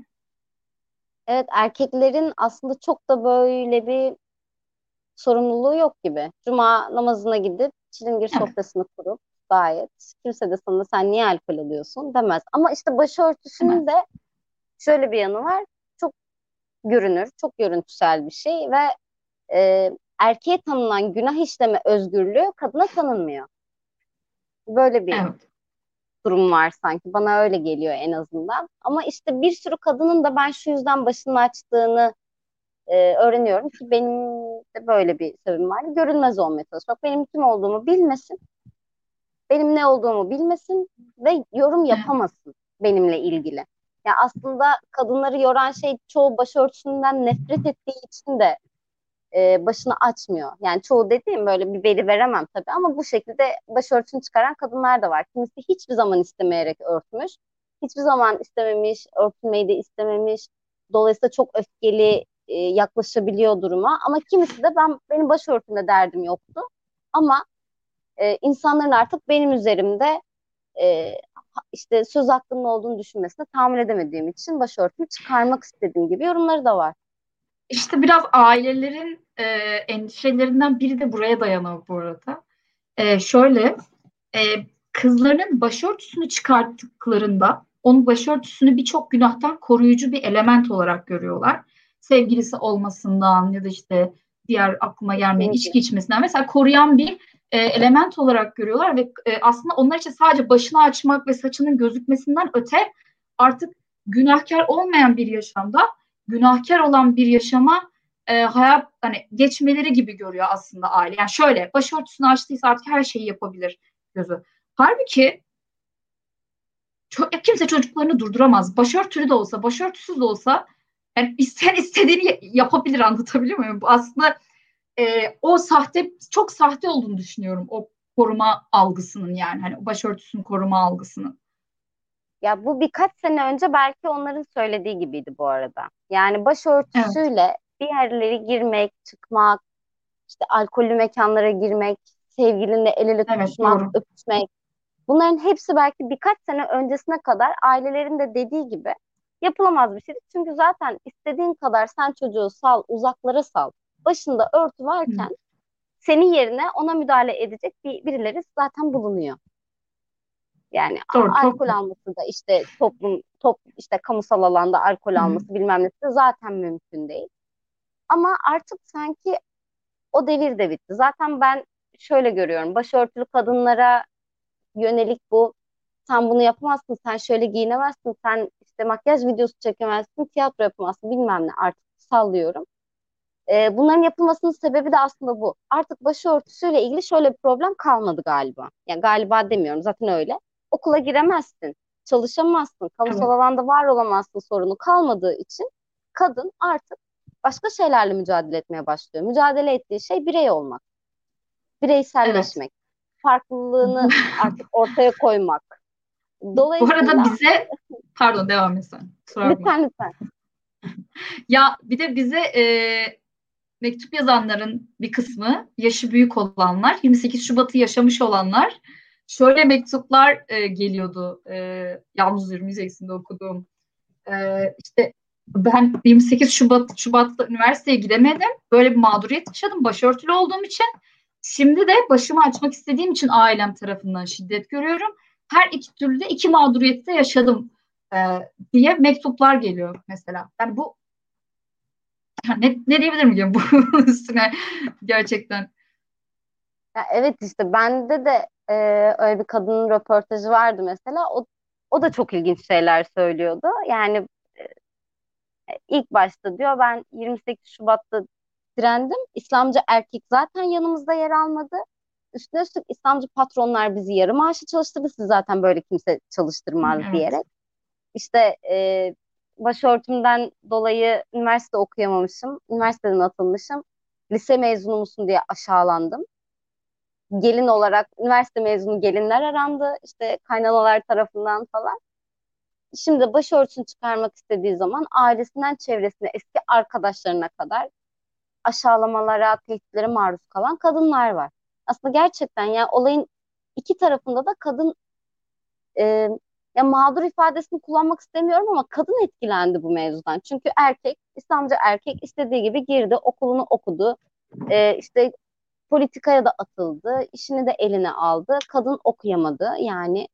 Evet, erkeklerin aslında çok da böyle bir sorumluluğu yok gibi. Cuma namazına gidip çilingir Evet. sofrasını kurup gayet kimse de sana sen niye alkol alıyorsun demez. Ama işte Hemen. başörtüsünün de şöyle bir yanı var. Çok görünür, çok görüntüsel bir şey ve erkeğe tanınan günah işleme özgürlüğü kadına tanınmıyor. Böyle bir Evet. durum var sanki. Bana öyle geliyor en azından. Ama işte bir sürü kadının da ben şu yüzden başını açtığını öğreniyorum ki benim de böyle bir sebebim var. Görünmez olmaya çalışmak. Benim kim olduğumu bilmesin, benim ne olduğumu bilmesin ve yorum Evet. yapamasın benimle ilgili. Ya aslında kadınları yoran şey çoğu başörtüsünden nefret ettiği için de başını açmıyor. Yani çoğu dediğim böyle bir veri veremem tabii ama bu şekilde başörtüsünü çıkaran kadınlar da var. Kimisi hiçbir zaman istemeyerek örtmüş. Hiçbir zaman istememiş, örtülmeyi de istememiş. Dolayısıyla çok öfkeli yaklaşabiliyor duruma. Ama kimisi de benim başörtümle derdim yoktu. Ama insanların artık benim üzerimde e, işte söz hakkının olduğunu düşünmesine tahammül edemediğim için başörtümü çıkarmak istediğim gibi yorumları da var. İşte biraz ailelerin endişelerinden biri de buraya dayanıyor bu arada. Şöyle, e, kızların başörtüsünü çıkarttıklarında onun başörtüsünü birçok günahtan koruyucu bir element olarak görüyorlar. Sevgilisi olmasından ya da işte diğer aklıma gelmeyen Kesinlikle. içki içmesinden mesela koruyan bir element olarak görüyorlar ve aslında onlar için sadece başını açmak ve saçının gözükmesinden öte artık günahkar olmayan bir yaşamda günahkar olan bir yaşama hayat hani geçmeleri gibi görüyor aslında aile. Yani şöyle, başörtüsünü açtıysa artık her şeyi yapabilir gözü. Halbuki kimse çocuklarını durduramaz. Başörtülü de olsa, başörtüsüz de olsa yani isteyen istediğini yapabilir, anlatabiliyor muyum? Bu aslında o sahte, çok sahte olduğunu düşünüyorum o koruma algısının, yani hani başörtüsünün koruma algısının. Ya bu birkaç sene önce belki onların söylediği gibiydi bu arada. Yani Evet, başörtüsüyle bir yerlere girmek, çıkmak, işte alkollü mekanlara girmek, sevgilinle el ele evet, tutuşmak, doğru. öpüşmek. Bunların hepsi belki birkaç sene öncesine kadar ailelerin de dediği gibi yapılamaz bir şeydi. Çünkü zaten istediğin kadar sen çocuğu sal, uzaklara sal. Başında örtü Hı, varken senin yerine ona müdahale edecek birileri zaten bulunuyor. Yani doğru, çok alkol doğru. alması da işte işte kamusal alanda alkol Hı, alması bilmem nesi de zaten mümkün değil. Ama artık sanki o devir de bitti. Zaten ben şöyle görüyorum. Başörtülü kadınlara yönelik bu sen bunu yapamazsın, sen şöyle giyinemezsin, sen işte makyaj videosu çekemezsin, tiyatro yapamazsın bilmem ne artık sallıyorum. Bunların yapılmasının sebebi de aslında bu. Artık başörtüsüyle ilgili şöyle bir problem kalmadı galiba. Yani galiba demiyorum zaten öyle. Okula giremezsin, çalışamazsın, kamusal evet, alanda var olamazsın sorunu kalmadığı için kadın artık başka şeylerle mücadele etmeye başlıyor. Mücadele ettiği şey birey olmak, evet. bireyselleşmek, farklılığını Bu, artık ortaya koymak. Bu arada Dolayısıyla bize, pardon, devam et sen. Kusura bakma. lütfen lütfen. Ya bir de bize mektup yazanların bir kısmı, yaşı büyük olanlar, 28 Şubat'ı yaşamış olanlar, şöyle mektuplar geliyordu. Yalnız Yürümeyeceksin'de okuduğum. İşte ben 28 Şubat'ta üniversiteye gidemedim. Böyle bir mağduriyet yaşadım başörtülü olduğum için. Şimdi de başımı açmak istediğim için ailem tarafından şiddet görüyorum. Her iki türlü de iki mağduriyette yaşadım e, diye mektuplar geliyor mesela. Yani bu, ne diyebilirim diyorum bu üstüne gerçekten. Ya evet, işte bende de öyle bir kadının röportajı vardı mesela. O da çok ilginç şeyler söylüyordu. Yani ilk başta diyor, ben 28 Şubat'ta direndim. İslamcı erkek zaten yanımızda yer almadı. Üstüne üstlük İslamcı patronlar bizi yarı maaşı çalıştırdı. Siz zaten böyle kimse çalıştırmaz Evet. diyerek. İşte başörtümden dolayı üniversite okuyamamışım. Üniversiteden atılmışım. Lise mezunu musun diye aşağılandım. Gelin olarak üniversite mezunu gelinler arandı. İşte kaynanalar tarafından falan. Şimdi başörtüsünü çıkarmak istediği zaman ailesinden çevresine, eski arkadaşlarına kadar aşağılamalara, tehditlere maruz kalan kadınlar var. Aslında gerçekten yani olayın iki tarafında da kadın, e, ya mağdur ifadesini kullanmak istemiyorum ama kadın etkilendi bu mevzudan. Çünkü erkek, İslamcı erkek istediği gibi girdi, okulunu okudu, işte politikaya da atıldı, işini de eline aldı. Kadın okuyamadı yani.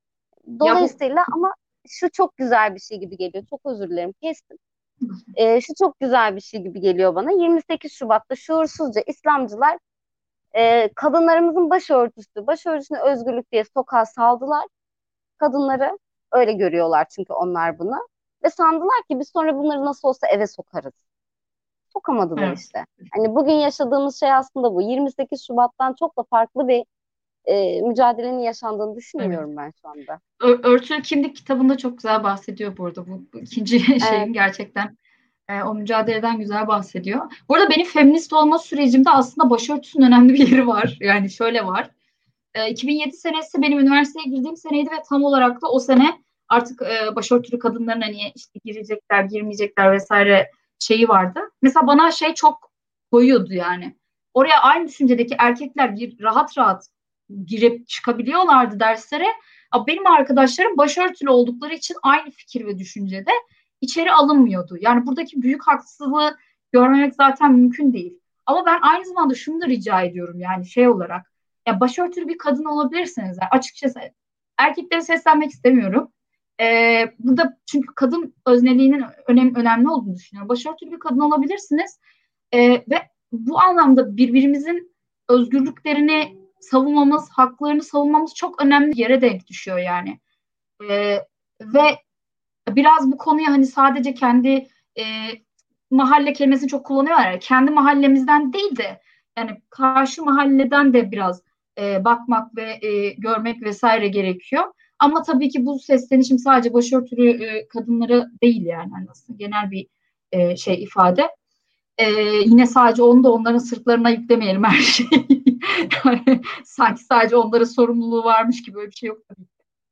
Ya bu Dolayısıyla ama şu çok güzel bir şey gibi geliyor. Çok özür dilerim, kestim. Şu çok güzel bir şey gibi geliyor bana. 28 Şubat'ta şuursuzca İslamcılar kadınlarımızın başörtüsüne özgürlük diye sokağa saldılar. Kadınları öyle görüyorlar çünkü onlar bunu. Ve sandılar ki biz sonra bunları nasıl olsa eve sokarız. Sokamadılar evet. işte. Hani bugün yaşadığımız şey aslında bu. 28 Şubat'tan çok da farklı bir mücadelenin yaşandığını Evet. düşünmüyorum ben şu anda. Örtülü Kimlik kitabında çok güzel bahsediyor bu arada. Bu ikinci Evet, şeyin gerçekten o mücadeleden güzel bahsediyor. Bu arada benim feminist olma sürecimde aslında başörtüsünün önemli bir yeri var. Yani şöyle var. 2007 senesi benim üniversiteye girdiğim seneydi ve tam olarak da o sene artık başörtülü kadınların hani işte girecekler, girmeyecekler vesaire şeyi vardı. Mesela bana şey çok koyuyordu yani. Oraya aynı düşüncedeki erkekler rahat rahat girip çıkabiliyorlardı derslere. Ama benim arkadaşlarım başörtülü oldukları için aynı fikir ve düşüncede içeri alınmıyordu. Yani buradaki büyük haksızlığı görmemek zaten mümkün değil. Ama ben aynı zamanda şunu da rica ediyorum yani şey olarak. Ya başörtülü bir kadın olabilirsiniz. Yani açıkçası erkeklere seslenmek istemiyorum. Burada çünkü kadın özneliğinin önemli olduğunu düşünüyorum. Başörtülü bir kadın olabilirsiniz. Ve bu anlamda birbirimizin özgürlüklerini savunmamız, haklarını savunmamız çok önemli bir yere denk düşüyor yani. Ee, Ve biraz bu konuya hani sadece kendi e, mahalle kelimesini çok kullanıyorlar. Yani kendi mahallemizden değil de yani karşı mahalleden de biraz bakmak ve görmek vesaire gerekiyor. Ama tabii ki bu seslenişim sadece başörtülü kadınlara değil yani. Hani aslında genel bir şey ifade. Yine sadece onu da onların sırtlarına yüklemeyelim her şeyi. Yani sanki sadece onların sorumluluğu varmış gibi, öyle bir şey yok tabii.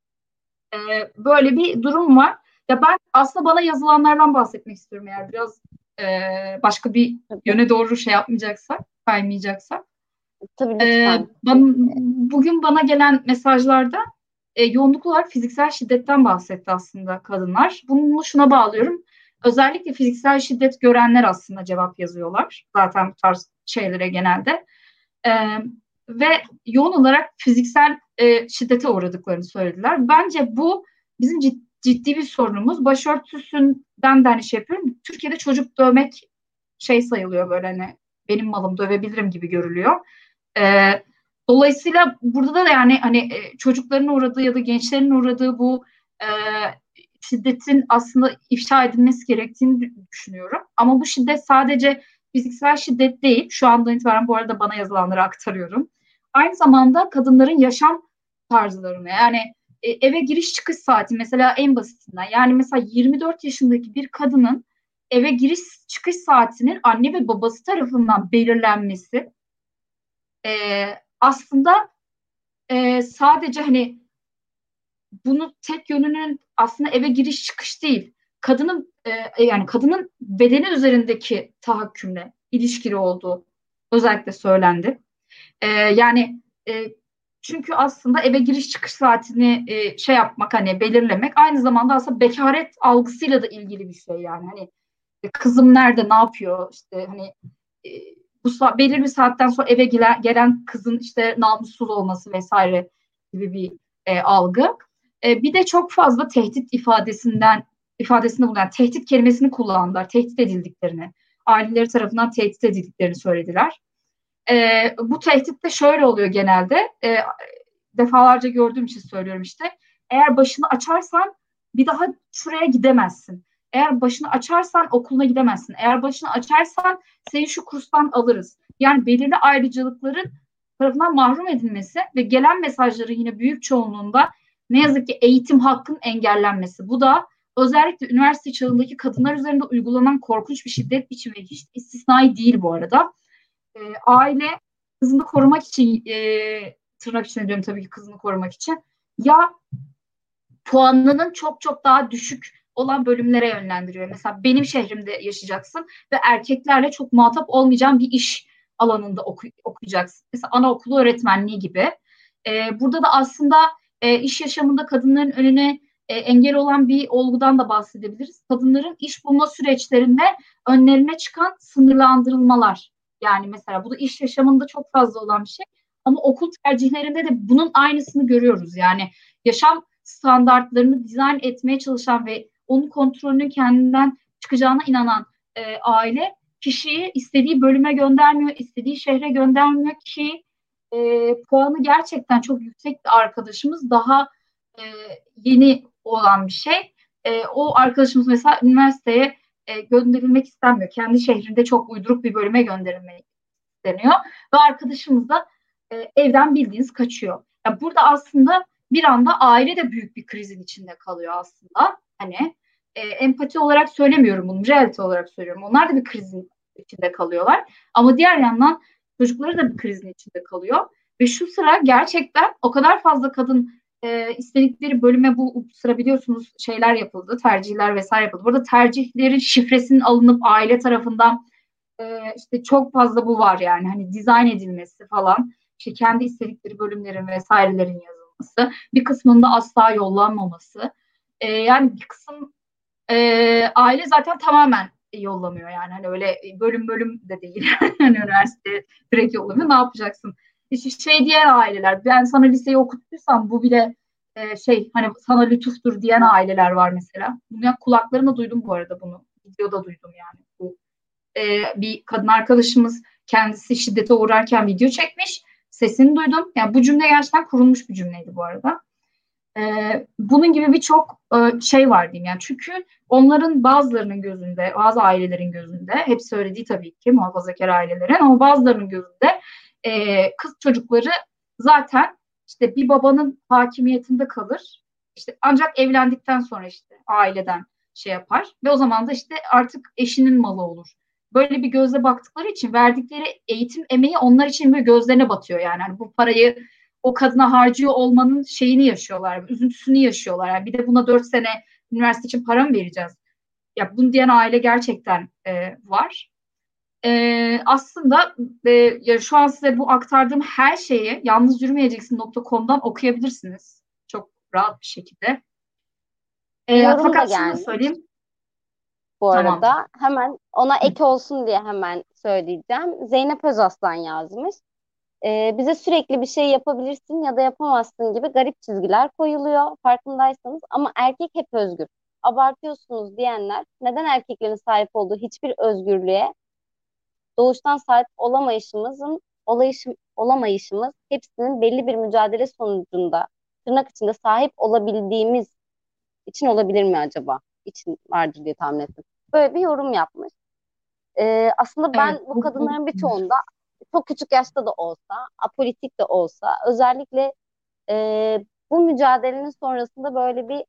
Böyle bir durum var. Ya ben aslında bana yazılanlardan bahsetmek istiyorum eğer biraz başka bir tabii. yöne doğru şey yapmayacaksak, kaymayacaksak. Tabii lütfen. Bugün bana gelen mesajlarda yoğunluklu olarak fiziksel şiddetten bahsetti aslında kadınlar. Bunu şuna bağlıyorum. Özellikle fiziksel şiddet görenler aslında cevap yazıyorlar. Zaten bu tarz şeylere genelde. E, Ve yoğun olarak fiziksel şiddete uğradıklarını söylediler. Bence bu bizim ciddi bir sorunumuz. Başörtüsünden de hani şey yapıyorum. Türkiye'de çocuk dövmek şey sayılıyor, böyle hani benim malım, dövebilirim gibi görülüyor. E, Dolayısıyla burada da yani hani çocukların uğradığı ya da gençlerin uğradığı bu e, şiddetin aslında ifşa edilmesi gerektiğini düşünüyorum. Ama bu şiddet sadece fiziksel şiddet değil. Şu andan itibaren bu arada bana yazılanları aktarıyorum. Aynı zamanda kadınların yaşam tarzlarını yani eve giriş çıkış saati mesela en basitinden. Yani mesela 24 yaşındaki bir kadının eve giriş çıkış saatinin anne ve babası tarafından belirlenmesi aslında sadece hani bunu tek yönünün aslında eve giriş çıkış değil. Yani kadının bedeni üzerindeki tahakkümle ilişkili olduğu özellikle söylendi. Yani çünkü aslında eve giriş çıkış saatini şey yapmak hani belirlemek aynı zamanda aslında bekaret algısıyla da ilgili bir şey yani hani kızım nerede ne yapıyor işte hani e, belirli bir saatten sonra eve gelen kızın işte namussuz olması vesaire gibi bir algı. Bir de çok fazla tehdit ifadesinde bulunan tehdit kelimesini kullandılar. Tehdit edildiklerini, aileleri tarafından tehdit edildiklerini söylediler. Bu tehdit de şöyle oluyor genelde. Defalarca gördüğüm için söylüyorum işte. Eğer başını açarsan bir daha şuraya gidemezsin. Eğer başını açarsan okuluna gidemezsin. Eğer başını açarsan seni şu kurstan alırız. Yani belirli ayrıcalıkların tarafından mahrum edilmesi ve gelen mesajları yine büyük çoğunluğunda ne yazık ki eğitim hakkının engellenmesi. Bu da özellikle üniversite çağındaki kadınlar üzerinde uygulanan korkunç bir şiddet biçimi hiç istisnai değil bu arada. Aile kızını korumak için tırnak içinde diyorum tabii ki kızını korumak için ya puanının çok çok daha düşük olan bölümlere yönlendiriyor. Mesela benim şehrimde yaşayacaksın ve erkeklerle çok muhatap olmayacağın bir iş alanında okuyacaksın. Mesela anaokulu öğretmenliği gibi. Burada da aslında iş yaşamında kadınların önüne engel olan bir olgudan da bahsedebiliriz. Kadınların iş bulma süreçlerinde önlerine çıkan sınırlandırılmalar. Yani mesela bu da iş yaşamında çok fazla olan bir şey. Ama okul tercihlerinde de bunun aynısını görüyoruz. Yani yaşam standartlarını dizayn etmeye çalışan ve onun kontrolünün kendinden çıkacağına inanan aile kişiyi istediği bölüme göndermiyor, istediği şehre göndermiyor ki puanı gerçekten çok yüksek bir arkadaşımız daha e, yeni olan bir şey. O arkadaşımız mesela üniversiteye gönderilmek istenmiyor. Kendi şehrinde çok uyduruk bir bölüme gönderilmek isteniyor. Ve arkadaşımız da evden bildiğiniz kaçıyor. Ya burada aslında bir anda aile de büyük bir krizin içinde kalıyor aslında. Hani empati olarak söylemiyorum bunu, realite olarak söylüyorum. Onlar da bir krizin içinde kalıyorlar. Ama diğer yandan çocukları da bir krizin içinde kalıyor. Ve şu sıra gerçekten o kadar fazla kadın istedikleri bölüme bu sıra biliyorsunuz şeyler yapıldı, tercihler vesaire yapıldı. Burada tercihlerin şifresinin alınıp aile tarafından işte çok fazla bu var yani hani dizayn edilmesi falan işte kendi istedikleri bölümlerin vesairelerin yazılması bir kısmında asla yollanmaması yani bir kısım aile zaten tamamen yollamıyor yani hani öyle bölüm bölüm de değil hani üniversite direkt yollamıyor ne yapacaksın işte şey diğer aileler ben sana liseyi okuttuysam bu bile şey hani sana lütuftur diyen aileler var mesela bunu ya kulaklarımla duydum bu arada bunu videoda duydum yani bu bir kadın arkadaşımız kendisi şiddete uğrarken video çekmiş. Sesini duydum. Yani bu cümle gerçekten kurulmuş bir cümleydi bu arada. Bunun gibi birçok şey var diyeyim yani. Çünkü onların bazılarının gözünde, bazı ailelerin gözünde, hep söylediği tabii ki muhafazakar ailelerin ama bazılarının gözünde kız çocukları zaten işte bir babanın hakimiyetinde kalır. İşte ancak evlendikten sonra işte aileden şey yapar ve o zaman da işte artık eşinin malı olur. Böyle bir gözle baktıkları için verdikleri eğitim emeği onlar için böyle gözlerine batıyor yani. Hani bu parayı o kadına harcıyor olmanın şeyini yaşıyorlar, üzüntüsünü yaşıyorlar. Yani bir de buna 4 sene üniversite için para mı vereceğiz? Ya bunu diyen aile gerçekten var. Aslında ya şu an size bu aktardığım her şeyi yalnızyürümeyeceksin.com'dan okuyabilirsiniz. Çok rahat bir şekilde. Bir yorum da Fakat şunu da gelmiş söyleyeyim. bu Tamamdır. arada. Hemen ona Hı. ek olsun diye hemen söyleyeceğim. Zeynep Özaslan yazmış. Bize sürekli bir şey yapabilirsin ya da yapamazsın gibi garip çizgiler koyuluyor farkındaysanız ama erkek hep özgür. Abartıyorsunuz diyenler neden erkeklerin sahip olduğu hiçbir özgürlüğe doğuştan sahip olamayışımız hepsinin belli bir mücadele sonucunda tırnak içinde sahip olabildiğimiz için olabilir mi acaba? İçin vardır diye tahmin ettim. Böyle bir yorum yapmış. Aslında Evet, ben bu bu kadınların birçoğunda çok küçük yaşta da olsa, apolitik de olsa özellikle bu mücadelenin sonrasında böyle bir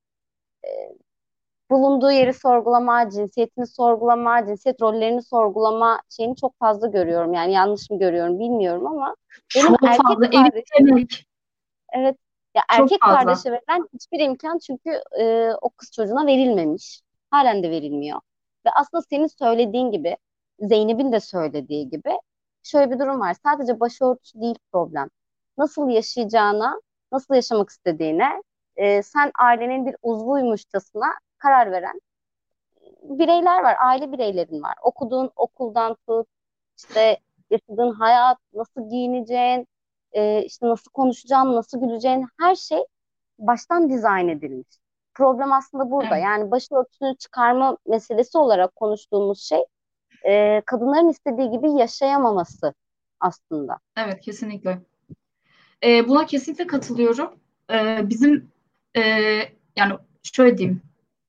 bulunduğu yeri sorgulama, cinsiyetini sorgulama, cinsiyet rollerini sorgulama şeyini çok fazla görüyorum. Yani yanlış mı görüyorum bilmiyorum ama benim çok erkek fazla erik kardeşim yemek. evet Ya Çok erkek fazla. kardeşe verilen hiçbir imkan çünkü o kız çocuğuna verilmemiş. Halen de verilmiyor. Ve aslında senin söylediğin gibi, Zeynep'in de söylediği gibi şöyle bir durum var. Sadece başörtüsü değil problem. Nasıl yaşayacağına, nasıl yaşamak istediğine, sen ailenin bir uzvuymuşçasına karar veren bireyler var, aile bireylerin var. Okuduğun okuldan tut, işte yaşadığın hayat, nasıl giyineceğin, işte nasıl konuşacağın, nasıl güleceğin her şey baştan dizayn edilmiş. Problem aslında burada. Evet, Yani başörtüsünü çıkarma meselesi olarak konuştuğumuz şey kadınların istediği gibi yaşayamaması aslında. evet kesinlikle. Buna kesinlikle katılıyorum. Bizim e, yani şöyle diyeyim.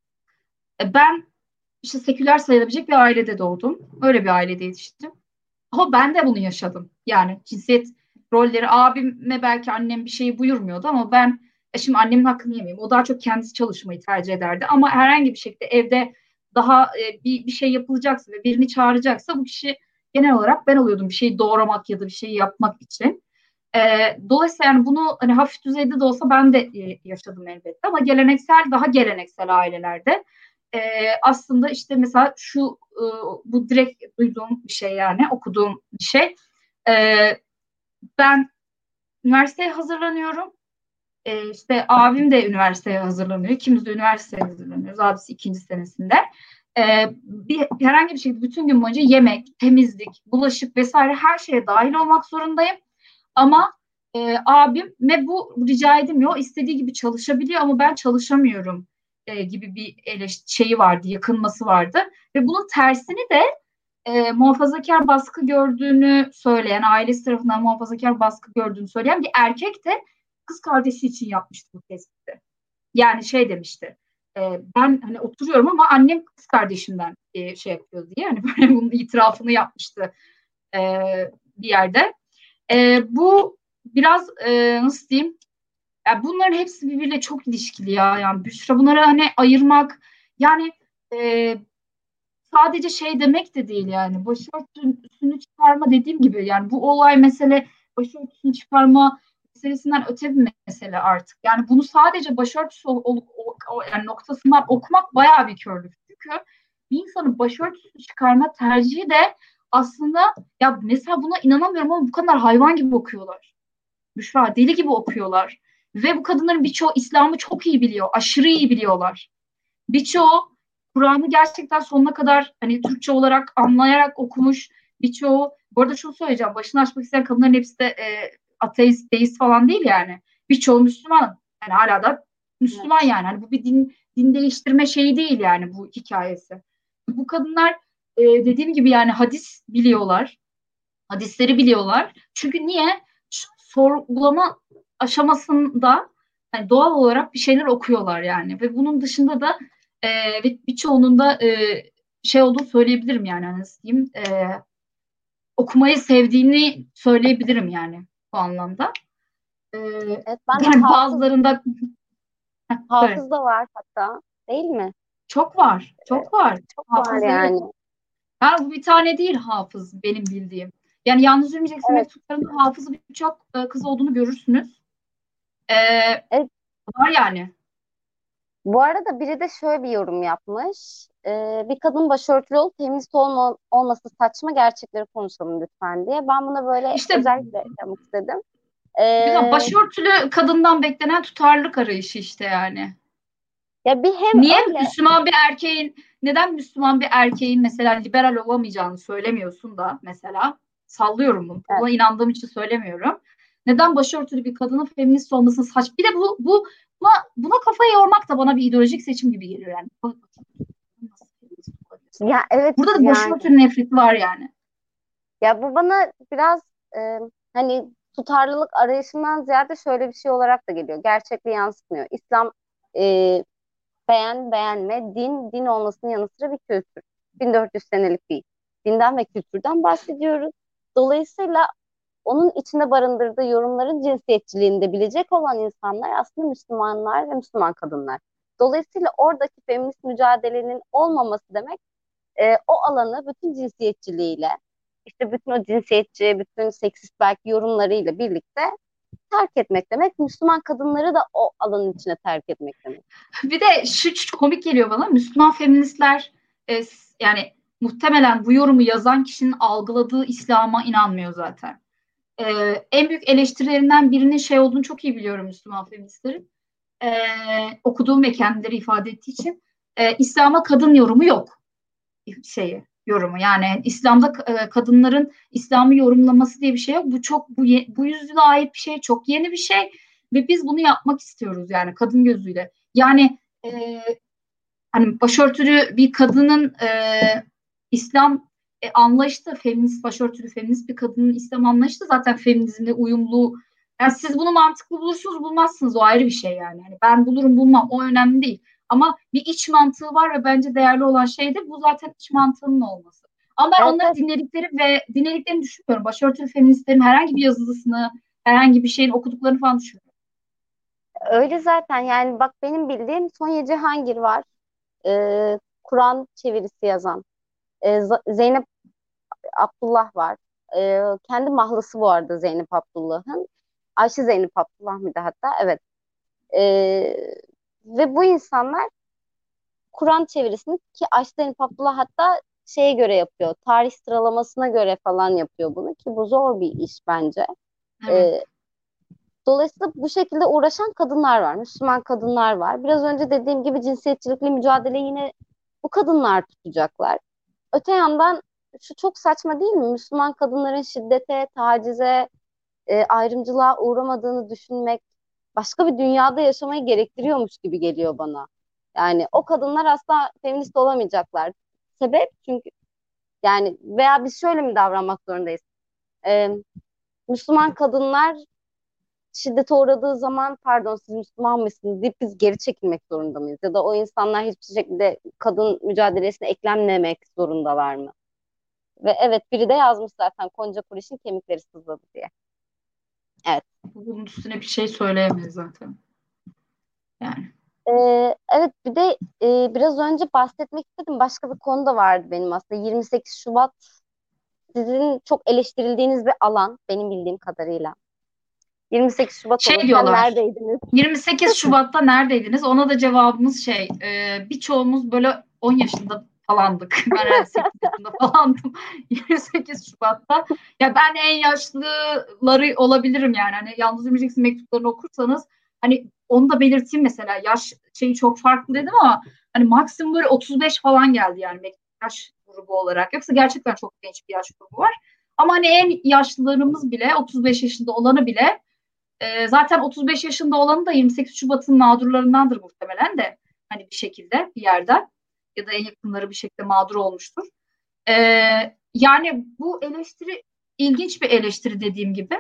Ben işte seküler sayılabilecek bir ailede doğdum. Öyle bir ailede yetiştim. Ama ben de bunu yaşadım. Yani cinsiyet rolleri abime belki annem bir şeyi buyurmuyordu ama ben şimdi annemin hakkını yemeyeyim. O daha çok kendisi çalışmayı tercih ederdi. Ama herhangi bir şekilde evde daha bir şey yapılacaksa ve birini çağıracaksa bu kişi genel olarak ben oluyordum bir şeyi doğramak ya da bir şeyi yapmak için. Dolayısıyla yani bunu hani hafif düzeyde de olsa ben de yaşadım elbette ama daha geleneksel ailelerde aslında işte mesela bu direkt duyduğum bir şey yani okuduğum bir şey. E, Ben üniversiteye hazırlanıyorum. İşte abim de üniversiteye hazırlanıyor. İkimiz de üniversiteye hazırlanıyoruz. Abisi ikinci senesinde. Herhangi bir şekilde bütün gün boyunca yemek, temizlik, bulaşık vesaire her şeye dahil olmak zorundayım. Ama abime bu rica edilmiyor. O istediği gibi çalışabiliyor ama ben çalışamıyorum gibi bir şeyi vardı, yakınması vardı. Ve bunun tersini de muhafazakar baskı gördüğünü söyleyen, ailesi tarafından muhafazakar baskı gördüğünü söyleyen bir erkek de kız kardeşi için yapmıştı bu tespiti. Yani şey demişti. Ben hani oturuyorum ama annem kız kardeşimden şey yapıyor diye. Hani böyle bunun itirafını yapmıştı e, bir yerde. Bu biraz nasıl diyeyim? Ya bunların hepsi birbiriyle çok ilişkili ya. Yani Büşra bunları hani ayırmak yani e, sadece şey demek de değil yani. Başörtüsünü çıkarma dediğim gibi yani bu olay mesele başörtüsünü çıkarma meselesinden öte bir mesele artık. Yani bunu sadece başörtüsü yani noktasından okumak bayağı bir körlük. Çünkü bir insanın başörtüsünü çıkarma tercihi de aslında ya mesela buna inanamıyorum ama bu kadar hayvan gibi okuyorlar. Büşra deli gibi okuyorlar. Ve bu kadınların birçoğu İslam'ı çok iyi biliyor. Aşırı iyi biliyorlar. Birçoğu Kur'an'ı gerçekten sonuna kadar hani Türkçe olarak anlayarak okumuş. Birçoğu, bu arada şunu söyleyeceğim. Başını açmak isteyen kadınların hepsi de ateist, deist falan değil yani. Birçoğu Müslüman. Yani hala da Müslüman Evet. yani. Hani bu bir din değiştirme şeyi değil yani bu hikayesi. Bu kadınlar dediğim gibi yani hadis biliyorlar. Hadisleri biliyorlar. Çünkü niye? Sorgulama aşamasında hani doğal olarak bir şeyler okuyorlar yani. Ve bunun dışında da ve birçoğunun da şey olduğunu söyleyebilirim yani. Hani nasıl diyeyim? Okumayı sevdiğini söyleyebilirim yani bu anlamda. E, Evet, ben de Yani bazılarında söyle. hafız da var hatta, değil mi? Çok var. Çok var. Çok var Hafız evet. yani. Yani bu bir tane değil hafız benim bildiğim. Yani Yalnız Yürümeyeceksin Evet. mektuplarında hafızı birçok kız olduğunu görürsünüz. E, Evet. Var yani. Bu arada biri de şöyle bir yorum yapmış. Bir kadın başörtülü olup feminist olması saçma, gerçekleri konuşalım lütfen diye. Ben buna böyle İşte özellikle yapmak istedim. güzel Ee, başörtülü kadından beklenen tutarlılık arayışı işte yani. Ya bir hem Niye öyle. neden Müslüman bir erkeğin mesela liberal olamayacağını söylemiyorsun da mesela sallıyorum bunu. Evet, Buna inandığım için söylemiyorum. Neden başörtülü bir kadının feminist olmasını bir de buna kafayı yormak da bana bir ideolojik seçim gibi geliyor yani. Nasıl feminist olabilir? ya evet Burada da yani. başörtülü nefreti var yani. Ya bu bana biraz hani tutarlılık arayışından ziyade şöyle bir şey olarak da geliyor. Gerçekliği yansıtmıyor. İslam e, beğen beğenme, din olmasının yanı sıra bir kültür. 1400 senelik bir dinden ve kültürden bahsediyoruz. Dolayısıyla onun içinde barındırdığı yorumların cinsiyetçiliğini de bilecek olan insanlar aslında Müslümanlar ve Müslüman kadınlar. Dolayısıyla oradaki feminist mücadelenin olmaması demek o alanı bütün cinsiyetçiliğiyle, işte bütün o cinsiyetçi, bütün seksist belki yorumlarıyla birlikte terk etmek demek. Müslüman kadınları da o alanın içine terk etmek demek. Bir de şu komik geliyor bana. Müslüman feministler yani muhtemelen bu yorumu yazan kişinin algıladığı İslam'a inanmıyor zaten. En büyük eleştirilerinden birinin şey olduğunu çok iyi biliyorum Müslüman feministlerin. Okuduğum ve kendileri ifade ettiği için İslam'a kadın yorumu yok yorumu. Yani İslam'da kadınların İslam'ı yorumlaması diye bir şey yok. Bu yüzyıla ait bir şey, çok yeni bir şey ve biz bunu yapmak istiyoruz yani kadın gözüyle. Yani hani başörtülü bir kadının İslam anlayışı da feminist, başörtülü feminist bir kadının İslam anlayışı da zaten feminizmle uyumlu. Yani siz bunu mantıklı bulursunuz, bulmazsınız, o ayrı bir şey yani. Yani ben bulurum bulmam, o önemli değil. Ama bir iç mantığı var ve bence değerli olan şey de bu, zaten iç mantığının olması. Ama ben Evet, onları evet. dinlediklerini düşünmüyorum. Başörtülü feministlerin herhangi bir yazılısını, herhangi bir şeyin okuduklarını falan düşünmüyorum. Öyle zaten. Yani bak, benim bildiğim Sonya Cihangir var. Kur'an çevirisi yazan. Zeynep Abdullah var. Kendi mahlası bu arada Zeynep Abdullah'ın. Ayşe Zeynep Abdullah mıydı hatta? Evet. Ee, Ve bu insanlar Kur'an çevirisini, ki Ayşe Zeynep Abdullah hatta şeye göre yapıyor. Tarih sıralamasına göre falan yapıyor bunu, ki bu zor bir iş bence. Evet. Ee, Dolayısıyla bu şekilde uğraşan kadınlar var. Müslüman kadınlar var. Biraz önce dediğim gibi cinsiyetçilikle mücadele yine bu kadınlar tutacaklar. Öte yandan şu çok saçma değil mi? Müslüman kadınların şiddete, tacize, ayrımcılığa uğramadığını düşünmek başka bir dünyada yaşamayı gerektiriyormuş gibi geliyor bana. Yani o kadınlar asla feminist olamayacaklar. Sebep çünkü, yani veya biz şöyle mi davranmak zorundayız? E, Müslüman kadınlar şiddete uğradığı zaman pardon siz Müslüman mısınız deyip biz geri çekilmek zorunda mıyız? Ya da o insanlar hiçbir şekilde kadın mücadelesine eklemlemek zorundalar mı? Ve evet, biri de yazmış zaten Gonca Kuriş'in kemikleri sızladı diye. Evet. Bunun üstüne bir şey söyleyemeyiz zaten. Yani. Evet, bir de biraz önce bahsetmek istedim. Başka bir konu da vardı benim aslında. 28 Şubat sizin çok eleştirildiğiniz bir alan benim bildiğim kadarıyla. 28 Şubat Şey olurken diyorlar. neredeydiniz? 28 Şubat'ta neredeydiniz? Ona da cevabımız birçoğumuz böyle 10 yaşında falandık. Ben herhalde 8 yaşında falandım. 28 Şubat'ta. Ya ben en yaşlıları olabilirim yani. Hani Yalnız Yürümeyeceksin mektuplarını okursanız hani onu da belirteyim mesela. Yaş şeyi çok farklı dedim ama hani maksimum böyle 35 falan geldi yani yaş grubu olarak. Yoksa gerçekten çok genç bir yaş grubu var. Ama hani en yaşlılarımız bile 35 yaşında olanı bile zaten 35 yaşında olanı da 28 Şubat'ın mağdurlarındandır muhtemelen de. Hani bir şekilde bir yerden ya da en yakınları bir şekilde mağdur olmuştur. E, Yani bu eleştiri ilginç bir eleştiri dediğim gibi.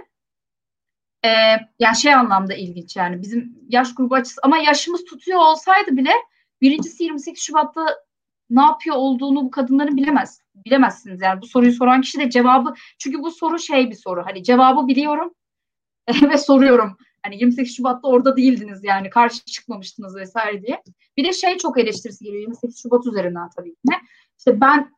E, Yani şey anlamda ilginç yani bizim yaş grubu açısı ama yaşımız tutuyor olsaydı bile birincisi 28 Şubat'ta ne yapıyor olduğunu bu kadınların bilemezsiniz yani bu soruyu soran kişi de cevabı, çünkü bu soru bir soru, hani cevabı biliyorum ve soruyorum. Hani 28 Şubat'ta orada değildiniz yani karşı çıkmamıştınız vesaire diye. Bir de çok eleştirisi geliyor 28 Şubat üzerinden tabii ki. İşte ben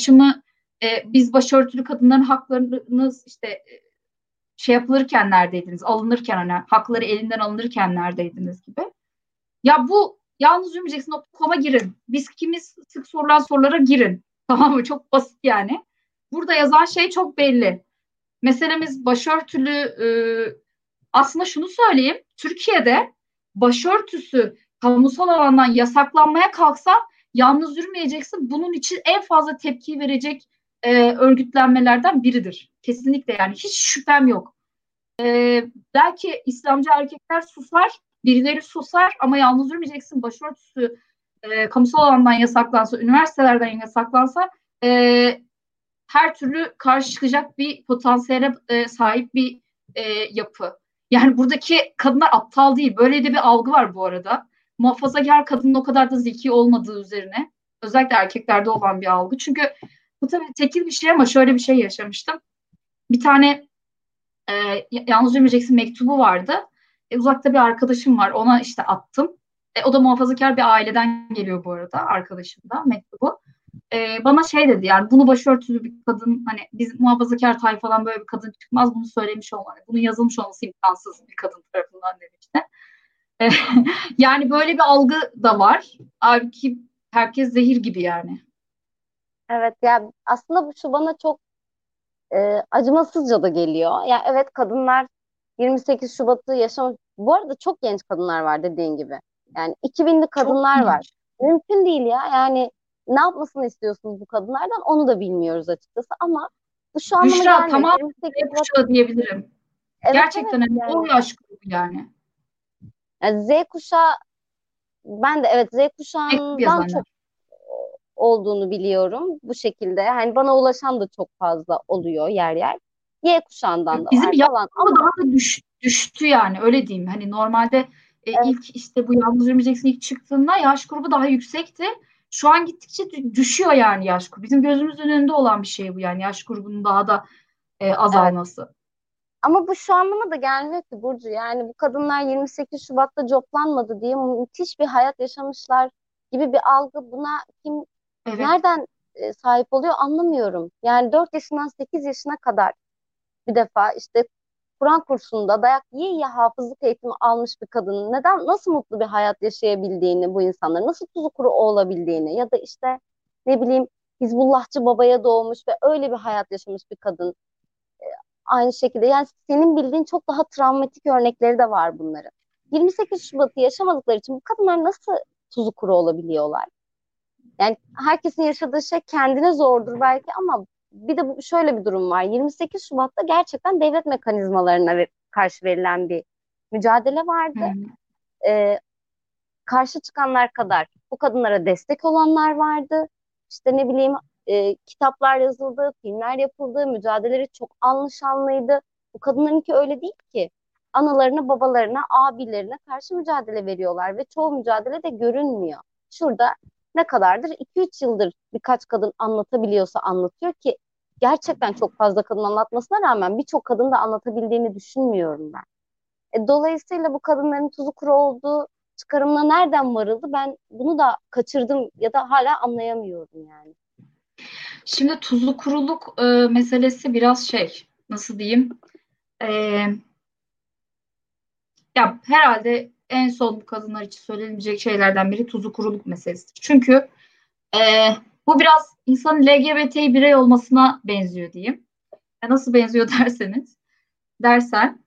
biz başörtülü kadınların haklarınız yapılırken neredeydiniz? Alınırken hani hakları elinden alınırken neredeydiniz gibi. Ya bu yalnız yürümeyeceksin.com'a girin. Biz kimiz sık sorulan sorulara girin. Tamam mı? Çok basit yani. Burada yazan şey çok belli. Meselemiz başörtülü aslında şunu söyleyeyim. Türkiye'de başörtüsü kamusal alandan yasaklanmaya kalksa yalnız yürümeyeceksin. Bunun için en fazla tepki verecek örgütlenmelerden biridir. Kesinlikle yani hiç şüphem yok. Belki İslamcı erkekler susar, birileri susar ama yalnız yürümeyeceksin. Başörtüsü kamusal alandan yasaklansa, üniversitelerden yasaklansa her türlü karşı çıkacak bir potansiyele sahip bir yapı. Yani buradaki kadınlar aptal değil. Böyle de bir algı var bu arada. Muhafazakar kadının o kadar da zeki olmadığı üzerine. Özellikle erkeklerde olan bir algı. Çünkü bu tabii tekil bir şey ama şöyle bir şey yaşamıştım. Bir tane Yalnız Yürümeyeceksin mektubu vardı. Uzakta bir arkadaşım var. Ona işte attım. O da muhafazakar bir aileden geliyor bu arada arkadaşım da mektubu. bana şey dedi, yani bunu başörtülü bir kadın, hani biz muhafazakar tayfadan böyle bir kadın çıkmaz, bunu söylemiş olmalı. Bunun yazılmış olması imkansız bir kadın tarafından demişti. E, Yani böyle bir algı da var. Halbuki herkes zehir gibi yani. Evet ya, aslında bu şu bana çok acımasızca da geliyor. Ya evet, kadınlar 28 Şubat'ı yaşamış. Bu arada çok genç kadınlar var dediğin gibi. Yani 2000'li Çok kadınlar var. ilginç. Mümkün değil ya. Yani ne yapmasını istiyorsunuz bu kadınlardan, onu da bilmiyoruz açıkçası, ama bu şu anlama Büşra gelmiyor. tamam, 28 Z Şubat, kuşağı diyebilirim. evet evet, Gerçekten hani o yani. yaş grubu yani. Yani Z kuşağı, ben de evet Z Mektup kuşağından çok yazanlar. olduğunu biliyorum bu şekilde. Hani bana ulaşan da çok fazla oluyor yer yer. Y kuşağından da Bizim var yaş falan grubu ama daha da düştü yani, öyle diyeyim. Hani normalde evet, ilk işte bu Yalnız Yürümeyeceksin ilk çıktığında yaş grubu daha yüksekti. Şu an gittikçe düşüyor yani yaş grubu. Bizim gözümüzün önünde olan bir şey bu, yani yaş grubunun daha da evet. azalması. Ama bu şu anlama da gelmiyor ki Burcu. Yani bu kadınlar 28 Şubat'ta coplanmadı diye müthiş bir hayat yaşamışlar gibi bir algı, buna kim Evet. nereden sahip oluyor anlamıyorum. Yani 4 yaşından 8 yaşına kadar bir defa işte Kur'an kursunda dayak yiye yiye hafızlık eğitimi almış bir kadının neden, nasıl mutlu bir hayat yaşayabildiğini, bu insanların nasıl tuzu kuru olabildiğini, ya da işte ne bileyim Hizbullahçı babaya doğmuş ve öyle bir hayat yaşamış bir kadın aynı şekilde, yani senin bildiğin çok daha travmatik örnekleri de var bunların. 28 Şubat'ı yaşamadıkları için bu kadınlar nasıl tuzu kuru olabiliyorlar? Yani herkesin yaşadığı şey kendine zordur belki, ama bir de şöyle bir durum var. 28 Şubat'ta gerçekten devlet mekanizmalarına karşı verilen bir mücadele vardı. Hmm. Ee, Karşı çıkanlar kadar bu kadınlara destek olanlar vardı. İşte ne bileyim, kitaplar yazıldı, filmler yapıldı, mücadeleleri çok anlaşılmalıydı. Bu kadınlarınki öyle değil ki. Analarına, babalarına, abilerine karşı mücadele veriyorlar ve çoğu mücadele de görünmüyor. Şurada ne kadardır? 2-3 yıldır birkaç kadın anlatabiliyorsa anlatıyor ki, gerçekten çok fazla kadın anlatmasına rağmen birçok kadın da anlatabildiğini düşünmüyorum ben. Dolayısıyla bu kadınların tuzu kuru olduğu çıkarımına nereden varıldı? Ben bunu da kaçırdım ya da hala anlayamıyorum yani. Şimdi tuzlu kuruluk meselesi biraz şey, nasıl diyeyim? E, Ya herhalde en son bu kadınlar için söylenecek şeylerden biri tuzu kuruluk meselesidir. Çünkü e, bu biraz insanın LGBT birey olmasına benziyor diyeyim. Nasıl benziyor dersen,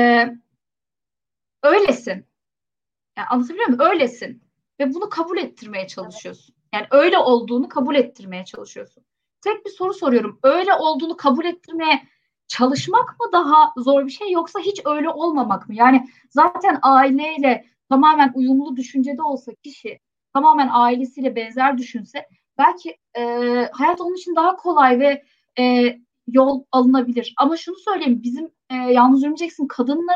öylesin. Yani anlatabiliyor muyum? Öylesin. Ve bunu kabul ettirmeye Evet. çalışıyorsun. Yani öyle olduğunu kabul ettirmeye çalışıyorsun. Tek bir soru soruyorum. Öyle olduğunu kabul ettirmeye çalışmak mı daha zor bir şey, yoksa hiç öyle olmamak mı? Yani zaten aileyle tamamen uyumlu düşüncede olsa kişi, tamamen ailesiyle benzer düşünse, belki hayat onun için daha kolay ve yol alınabilir. Ama şunu söyleyeyim, bizim Yalnız Yürümeyeceksin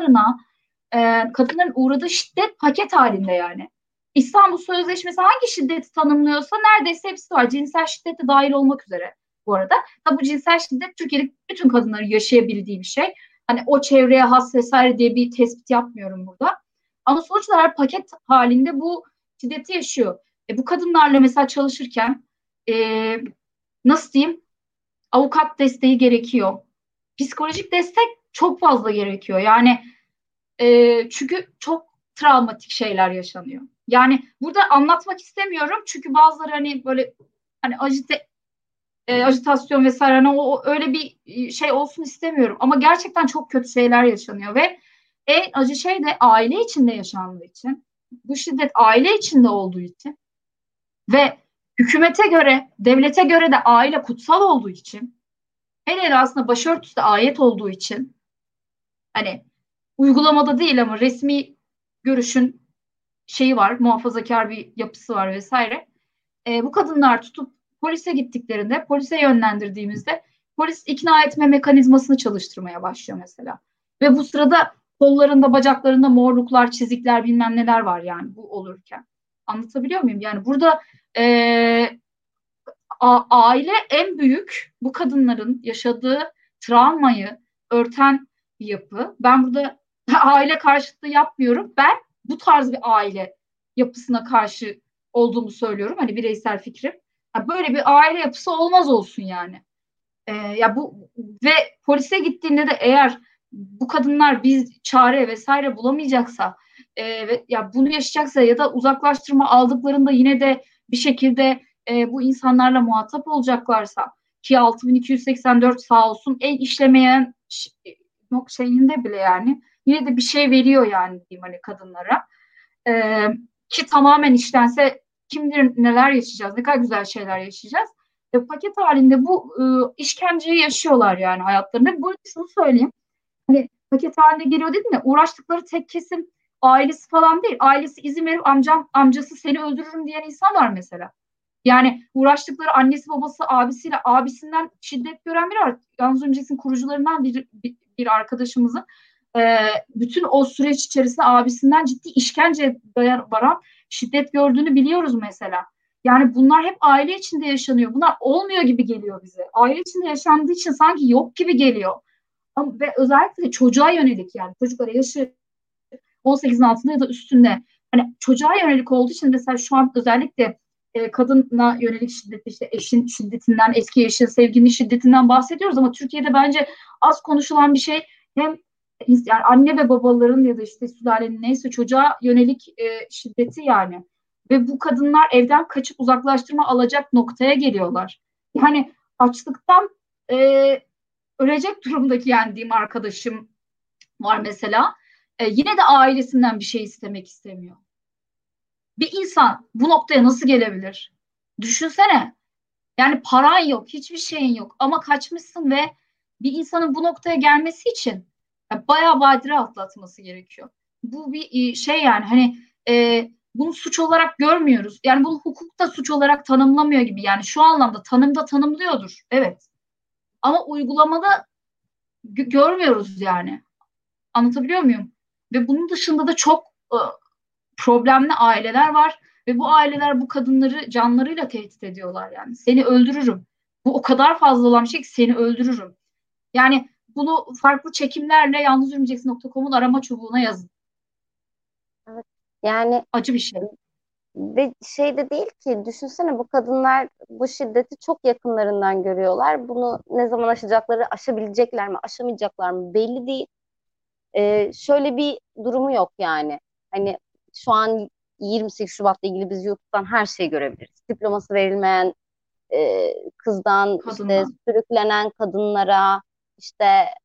kadınların uğradığı şiddet paket halinde yani. İstanbul Sözleşmesi hangi şiddeti tanımlıyorsa neredeyse hepsi var. Cinsel şiddet de dahil olmak üzere bu arada. Tabi bu cinsel şiddet Türkiye'de bütün kadınların yaşayabildiği bir şey. Hani o çevreye has vesaire diye bir tespit yapmıyorum burada. Ama sonuç olarak paket halinde bu şiddeti yaşıyor. Bu kadınlarla mesela çalışırken e, nasıl diyeyim, avukat desteği gerekiyor. Psikolojik destek çok fazla gerekiyor. Yani çünkü çok travmatik şeyler yaşanıyor. Yani burada anlatmak istemiyorum çünkü bazıları hani böyle hani ajitasyon vesaire, hani o öyle bir şey olsun istemiyorum. Ama gerçekten çok kötü şeyler yaşanıyor ve en acı şey de aile içinde yaşandığı için, bu şiddet aile içinde olduğu için ve hükümete göre, devlete göre de aile kutsal olduğu için, hele hele aslında başörtüsü de ayet olduğu için, hani uygulamada değil ama resmi görüşün şeyi var, muhafazakar bir yapısı var vesaire. Bu kadınlar tutup polise gittiklerinde, polise yönlendirdiğimizde polis ikna etme mekanizmasını çalıştırmaya başlıyor mesela. Ve bu sırada kollarında, bacaklarında morluklar, çizikler, bilmem neler var yani bu olurken. Anlatabiliyor muyum? Yani burada e, aile en büyük bu kadınların yaşadığı travmayı örten bir yapı. Ben burada aile karşıtlığı yapmıyorum. Ben bu tarz bir aile yapısına karşı olduğumu söylüyorum. Hani bireysel fikrim. Ya böyle bir aile yapısı olmaz olsun yani. Ya bu ve polise gittiğinde de eğer bu kadınlar biz çare vesaire bulamayacaksa ve ya bunu yaşayacaksa ya da uzaklaştırma aldıklarında yine de bir şekilde bu insanlarla muhatap olacaklarsa ki 6284 sağ olsun el işlemeyen yok şeyinde bile yani yine de bir şey veriyor yani diyeyim hani kadınlara. E, Ki tamamen işlense kim bilir neler yaşayacağız, ne kadar güzel şeyler yaşayacağız. Paket halinde bu işkenceyi yaşıyorlar yani hayatlarında. Bu arada şunu söyleyeyim. Hani paket halinde geliyor dedim ya uğraştıkları tek kesim ailesi falan değil. Ailesi izin verip amcası seni öldürürüm diyen insan var mesela. Yani uğraştıkları annesi babası abisiyle abisinden şiddet gören biri var. Yalnız Örümcek'in kurucularından bir arkadaşımızın bütün o süreç içerisinde abisinden ciddi işkence varan şiddet gördüğünü biliyoruz mesela. Yani bunlar hep aile içinde yaşanıyor. Bunlar olmuyor gibi geliyor bize. Aile içinde yaşandığı için sanki yok gibi geliyor. Ve özellikle de çocuğa yönelik yani çocuklara yaşı 18'in altında ya da üstünde. Hani çocuğa yönelik olduğu için mesela şu an özellikle kadına yönelik şiddet işte eşin şiddetinden, eski eşin, sevgilinin şiddetinden bahsediyoruz ama Türkiye'de bence az konuşulan bir şey hem yani anne ve babaların ya da işte sülalenin neyse çocuğa yönelik şiddeti yani. Ve bu kadınlar evden kaçıp uzaklaştırma alacak noktaya geliyorlar. Yani açlıktan e, ölecek durumdaki yani diyeyim arkadaşım var mesela. Yine de ailesinden bir şey istemek istemiyor. Bir insan bu noktaya nasıl gelebilir? Düşünsene. Yani paran yok, hiçbir şeyin yok ama kaçmışsın ve bir insanın bu noktaya gelmesi için bayağı badire atlatması gerekiyor. Bu bir şey yani hani bunu suç olarak görmüyoruz. Yani bunu hukuk da suç olarak tanımlamıyor gibi. Yani şu anlamda tanımda tanımlıyordur. Evet. Ama uygulamada görmüyoruz yani. Anlatabiliyor muyum? Ve bunun dışında da çok problemli aileler var ve bu aileler bu kadınları canlarıyla tehdit ediyorlar yani. Seni öldürürüm. Bu o kadar fazla olan bir şey ki seni öldürürüm. Yani bunu farklı çekimlerle yalnızürümceksin.com'un arama çubuğuna yazın. Evet. Yani Acı bir şey. ve şey de değil ki düşünsene bu kadınlar bu şiddeti çok yakınlarından görüyorlar. Bunu ne zaman aşacakları, aşabilecekler mi, aşamayacaklar mı belli değil. Şöyle bir durumu yok yani. Hani şu an 28 Şubat'la ilgili biz YouTube'dan her şeyi görebiliriz. Diploması verilmeyen kızdan işte Kadından. sürüklenen kadınlara işte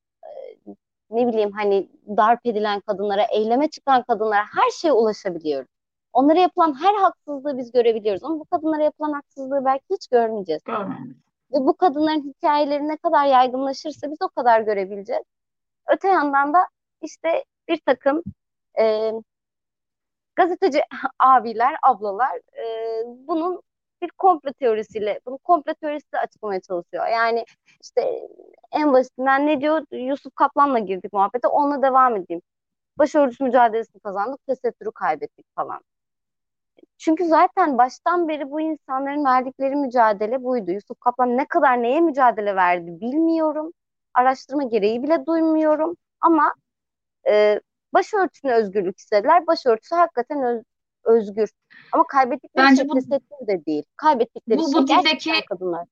ne bileyim hani darp edilen kadınlara, eyleme çıkan kadınlara her şeye ulaşabiliyoruz. Onlara yapılan her haksızlığı biz görebiliyoruz ama bu kadınlara yapılan haksızlığı belki hiç görmeyeceğiz. Görmedim. Ve bu kadınların hikayeleri ne kadar yaygınlaşırsa biz o kadar görebileceğiz. Öte yandan da işte bir takım e, gazeteci abiler, ablalar bunun bir komplo teorisiyle, bunu komplo teorisi açıklamaya çalışıyor. Yani işte en basitinden ne diyor? Yusuf Kaplan'la girdik muhabbete, onunla devam edeyim. Başörtüsü mücadelesini kazandık, tesettürü kaybettik falan. Çünkü zaten baştan beri bu insanların verdikleri mücadele buydu. Yusuf Kaplan ne kadar neye mücadele verdi bilmiyorum. Araştırma gereği bile duymuyorum. Ama e, başörtüsüne özgürlük istediler. Başörtüsü hakikaten özgür. Ama kaybettikleri şey Bence bu tesettür de değil. Kaybettikleri bu şey bu dildeki gerçekten kadınlar.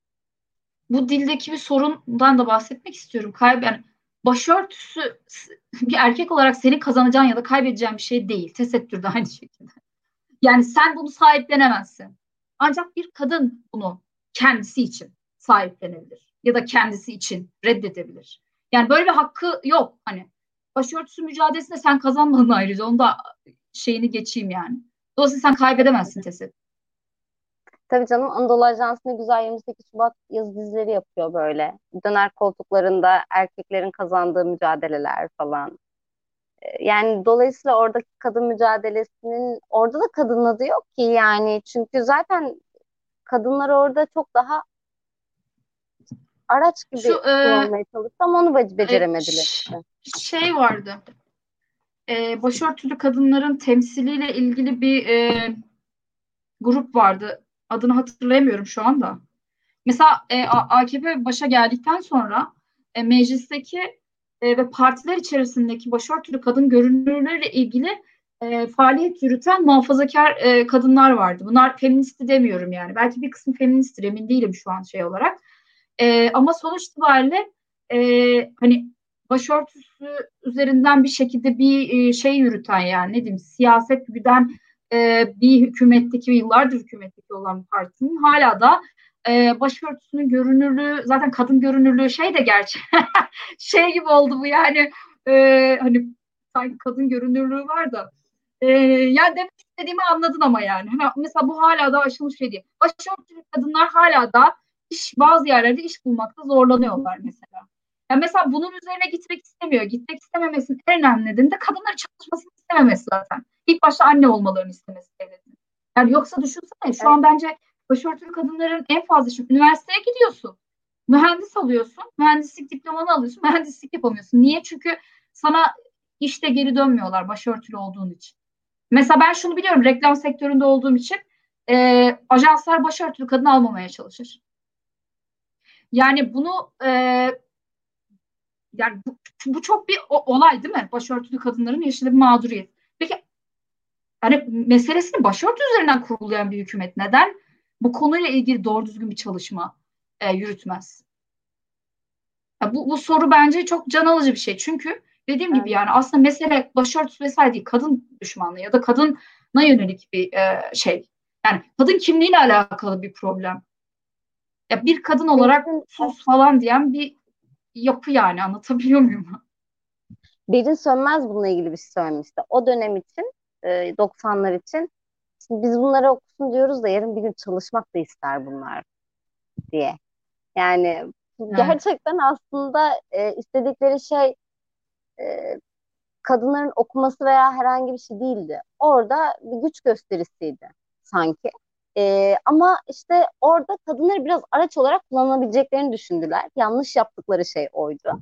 bu dildeki bir sorundan da bahsetmek istiyorum. Yani başörtüsü bir erkek olarak senin kazanacağın ya da kaybedeceğin bir şey değil. Tesettür de aynı şekilde. Yani sen bunu sahiplenemezsin. Ancak bir kadın bunu kendisi için sahiplenebilir ya da kendisi için reddedebilir. Yani böyle bir hakkı yok. Hani başörtüsü mücadelesinde sen kazanmadın ayrıca. Onu da şeyini geçeyim yani. Dolayısıyla sen kaybedemezsin tesettür. Tabii canım Anadolu Ajansı ne güzel 28 Şubat yazı dizileri yapıyor böyle. Döner koltuklarında erkeklerin kazandığı mücadeleler falan. Yani dolayısıyla oradaki kadın mücadelesinin orada da kadın adı yok ki yani. Çünkü zaten kadınlar orada çok daha araç Şu gibi kullanılmaya çalıştı ama onu beceremediler işte. şey vardı. Başörtülü kadınların temsiliyle ilgili bir grup vardı. Adını hatırlayamıyorum şu anda. Mesela AKP başa geldikten sonra meclisteki ve partiler içerisindeki başörtülü kadın görünürleriyle ilgili faaliyet yürüten muhafazakar kadınlar vardı. Bunlar feministi demiyorum yani. Belki bir kısmı feministtir, emin değilim şu an şey olarak. Ama sonuç itibariyle hani başörtüsü üzerinden bir şekilde bir şey yürüten, yani ne diyeyim, siyaset güden bir hükümetteki, yıllardır hükümetteki olan bir partinin hala da başörtüsünün görünürlüğü, zaten kadın görünürlüğü şey de gerçi şey gibi oldu bu yani, hani sanki kadın görünürlüğü var da yani demek istediğimi anladın ama yani. Hani mesela bu hala da aşılmış şey değil. Başörtülü kadınlar hala da bazı yerlerde iş bulmakta zorlanıyorlar mesela. Yani mesela bunun üzerine gitmek istemiyor. Gitmek istememesinin en önemli nedeni de kadınların çalışmasını istememesi zaten. İlk başta anne olmalarını istemesi devletin. Yani yoksa düşünsene, şu Evet. an bence başörtülü kadınların en fazla, şimdi üniversiteye gidiyorsun. Mühendis alıyorsun. Mühendislik diplomanı alıyorsun. Mühendislik yapamıyorsun. Niye? Çünkü sana işte geri dönmüyorlar başörtülü olduğun için. Mesela ben şunu biliyorum, reklam sektöründe olduğum için ajanslar başörtülü kadın almamaya çalışır. Yani bunu yani bu çok bir olay değil mi? Başörtülü kadınların yaşadığı bir mağduriyet. Peki hani meselesini başörtü üzerinden kurgulayan bir hükümet neden bu konuyla ilgili doğru düzgün bir çalışma yürütmez? Ya bu soru bence çok can alıcı bir şey. Çünkü dediğim gibi Evet. yani aslında mesele başörtüsü vesaire değil. Kadın düşmanlığı ya da kadına yönelik bir şey. Yani kadın kimliğiyle alakalı bir problem. Ya bir kadın olarak Berin, sus falan diyen bir yapı, yani anlatabiliyor muyum? Berin Sönmez bununla ilgili bir şey söylemişti. O dönem için, 90'lar için. Şimdi biz bunları okusun diyoruz da yarın bir gün çalışmak da ister bunlar diye. Yani Evet. gerçekten aslında istedikleri şey kadınların okuması veya herhangi bir şey değildi. Orada bir güç gösterisiydi sanki. Ama işte orada kadınları biraz araç olarak kullanabileceklerini düşündüler. Yanlış yaptıkları şey oydu.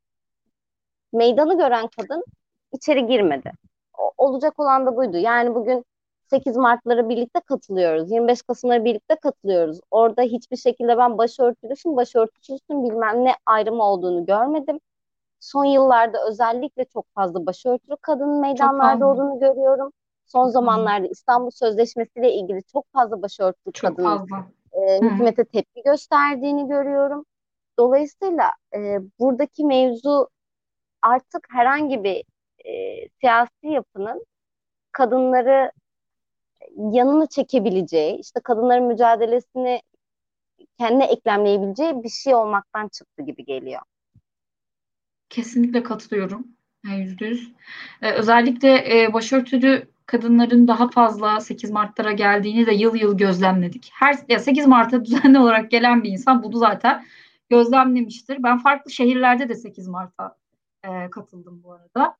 Meydanı gören kadın içeri girmedi. Olacak olan da buydu. Yani bugün 8 Mart'lara birlikte katılıyoruz. 25 Kasım'lara birlikte katılıyoruz. Orada hiçbir şekilde ben başörtülüsün, başörtüsüzsün bilmem ne ayrımı olduğunu görmedim. Son yıllarda özellikle çok fazla başörtülü kadının Çok meydanlarda fazla. olduğunu görüyorum. Son Çok fazla. zamanlarda İstanbul Sözleşmesi ile ilgili çok fazla başörtülü Çok kadının fazla. Hı. hükümete tepki gösterdiğini görüyorum. Dolayısıyla buradaki mevzu artık herhangi bir siyasi yapının kadınları yanına çekebileceği, işte kadınların mücadelesini kendine eklemleyebileceği bir şey olmaktan çıktı gibi geliyor. Kesinlikle katılıyorum. Yani %100. Özellikle başörtülü kadınların daha fazla 8 Mart'lara geldiğini de yıl yıl gözlemledik. Ya 8 Mart'a düzenli olarak gelen bir insan bunu zaten gözlemlemiştir. Ben farklı şehirlerde de 8 Mart'a katıldım bu arada.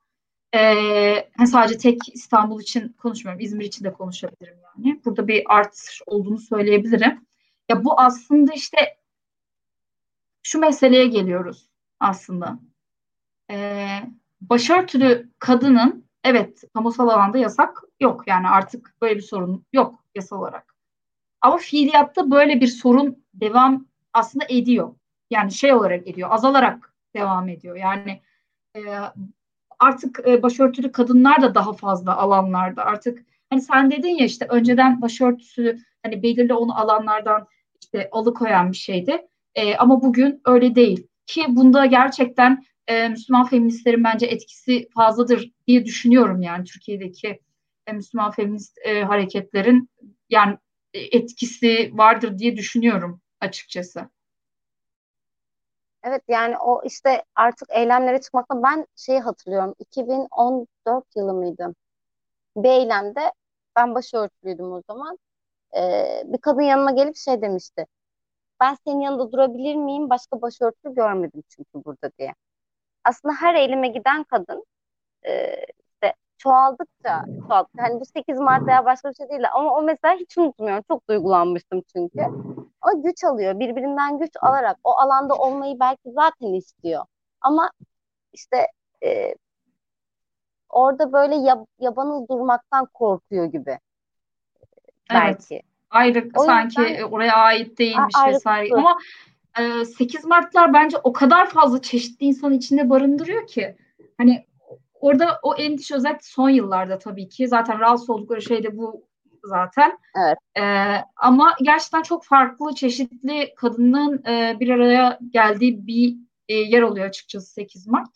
Sadece tek İstanbul için konuşmuyorum. İzmir için de konuşabilirim yani. Burada bir artış olduğunu söyleyebilirim. Ya bu aslında işte şu meseleye geliyoruz aslında. Ee, Başörtülü kadının, evet, kamusal alanda yasak yok. Yani artık böyle bir sorun yok yasal olarak. Ama fiiliyatta böyle bir sorun devam aslında ediyor. Yani şey olarak ediyor, azalarak devam ediyor. Yani e, artık başörtülü kadınlar da daha fazla alanlarda. Artık hani sen dedin ya, işte önceden başörtüsü hani belirli onu alanlardan işte alıkoyan bir şeydi. Ama bugün öyle değil. Ki bunda gerçekten Müslüman feministlerin bence etkisi fazladır diye düşünüyorum, yani Türkiye'deki Müslüman feminist hareketlerin yani etkisi vardır diye düşünüyorum açıkçası. Evet yani o işte artık eylemlere çıkmakta ben şeyi hatırlıyorum. 2014 yılı mıydı? Bir eylemde ben başörtülüydüm o zaman. Bir kadın yanıma gelip şey demişti. Ben senin yanında durabilir miyim? Başka başörtülü görmedim çünkü burada diye. Aslında her eyleme giden kadın işte çoğaldıkça hani bu 8 Mart veya başka bir şey değil ama o mesela hiç unutmuyorum. Çok duygulanmıştım çünkü. O güç alıyor. Birbirinden güç alarak o alanda olmayı belki zaten istiyor. Ama işte e, orada böyle yabanıl durmaktan korkuyor gibi Evet. belki. Ayrı O sanki yüzden oraya ait değilmiş vesaire. ayrıksı. Ama 8 Mart'lar bence o kadar fazla çeşitli insan içinde barındırıyor ki. Hani orada o endişe özellikle son yıllarda tabii ki zaten rahatsız oldukları şey de bu zaten. Evet. Ama gerçekten çok farklı çeşitli kadının bir araya geldiği bir yer oluyor açıkçası 8 Mart.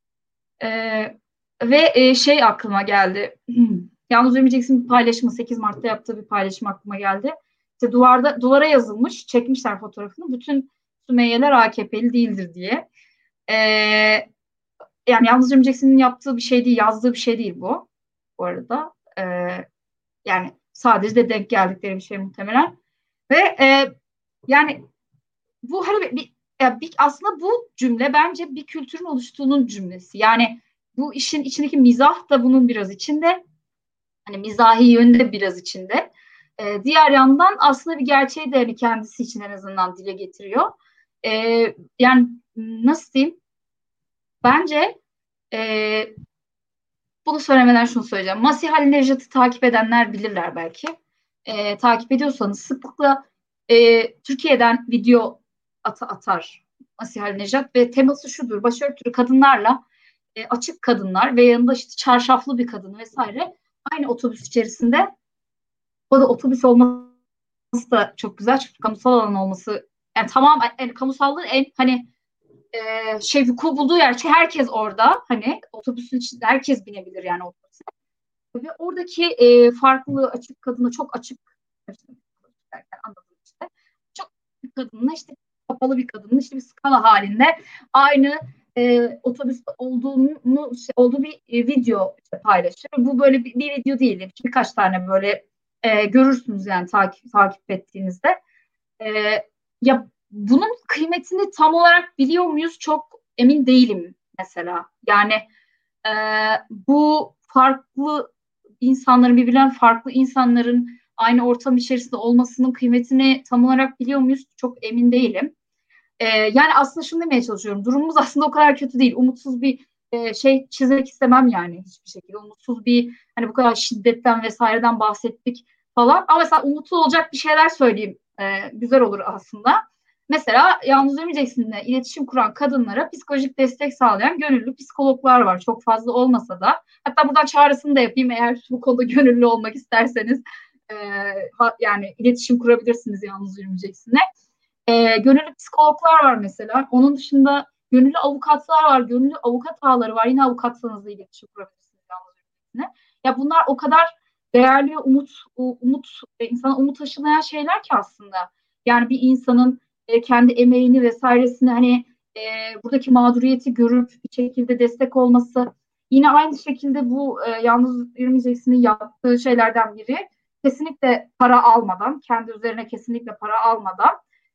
Ve şey aklıma geldi. Yalnız Ümeyeceksin bir paylaşımı 8 Mart'ta yaptığı bir paylaşım aklıma geldi. İşte duvara yazılmış, çekmişler fotoğrafını. Bütün Sümeyyeler AKP'li değildir diye. Ee, Yani Yalnız Ümeyeceksin'in yaptığı bir şey değil, yazdığı bir şey değil bu arada. Yani sadece de denk geldikleri bir şey muhtemelen. Ve yani bu hani aslında bu cümle bence bir kültürün oluştuğunun cümlesi. Yani bu işin içindeki mizah da bunun biraz içinde. Hani mizahi yönü de biraz içinde. Diğer yandan aslında bir gerçeği de hani kendisi için en azından dile getiriyor. E, Yani nasıl diyeyim? Bence bunu söylemeden şunu söyleyeceğim. Masih Ali Necdet'i takip edenler bilirler belki. Takip ediyorsanız sıklıkla Türkiye'den video atar Masih Ali Necdet ve teması şudur. Başörtülü kadınlarla açık kadınlar ve yanında işte çarşaflı bir kadın vesaire aynı otobüs içerisinde. O da otobüs olması da çok güzel çünkü kamusal alan olması yani tamam yani kamusallığın en hani şey vuku bulduğu yer herkes orada hani otobüsün içinde herkes binebilir yani otobüse. Ve oradaki farklı açık kadına çok açık anladım işte. Çok bir kadınla işte kapalı bir kadınla işte bir skala halinde aynı otobüste olduğu bir video işte paylaşıyor. Bu böyle bir video değil. Birkaç tane böyle görürsünüz yani takip ettiğinizde. E, Ya bunun kıymetini tam olarak biliyor muyuz? Çok emin değilim mesela. Yani e, bu farklı insanların birbirinden farklı insanların aynı ortam içerisinde olmasının kıymetini tam olarak biliyor muyuz? Çok emin değilim. Yani aslında şunu demeye çalışıyorum. Durumumuz aslında o kadar kötü değil. Umutsuz bir şey çizmek istemem yani hiçbir şekilde. Umutsuz bir hani bu kadar şiddetten vesaireden bahsettik falan. Ama mesela umutlu olacak bir şeyler söyleyeyim. Güzel olur aslında. Mesela Yalnız Ümeyeceksin'le iletişim kuran kadınlara psikolojik destek sağlayan gönüllü psikologlar var. Çok fazla olmasa da. Hatta buradan çağrısını da yapayım eğer bu konuda gönüllü olmak isterseniz. E, Yani iletişim kurabilirsiniz Yalnız Ümeyeceksin'le. Gönüllü psikologlar var mesela. Onun dışında gönüllü avukatlar var. Gönüllü avukat ağları var. Yine avukatsanız da iletişim kurabilirsiniz yalnız birbirine. Ya bunlar o kadar değerli ve insana umut aşılayan şeyler ki aslında. Yani bir insanın kendi emeğini vesairesini hani e, buradaki mağduriyeti görüp bir şekilde destek olması. Yine aynı şekilde bu Yalnız Yürümeyeceksin'in yaptığı şeylerden biri kesinlikle para almadan, kendi üzerine kesinlikle para almadan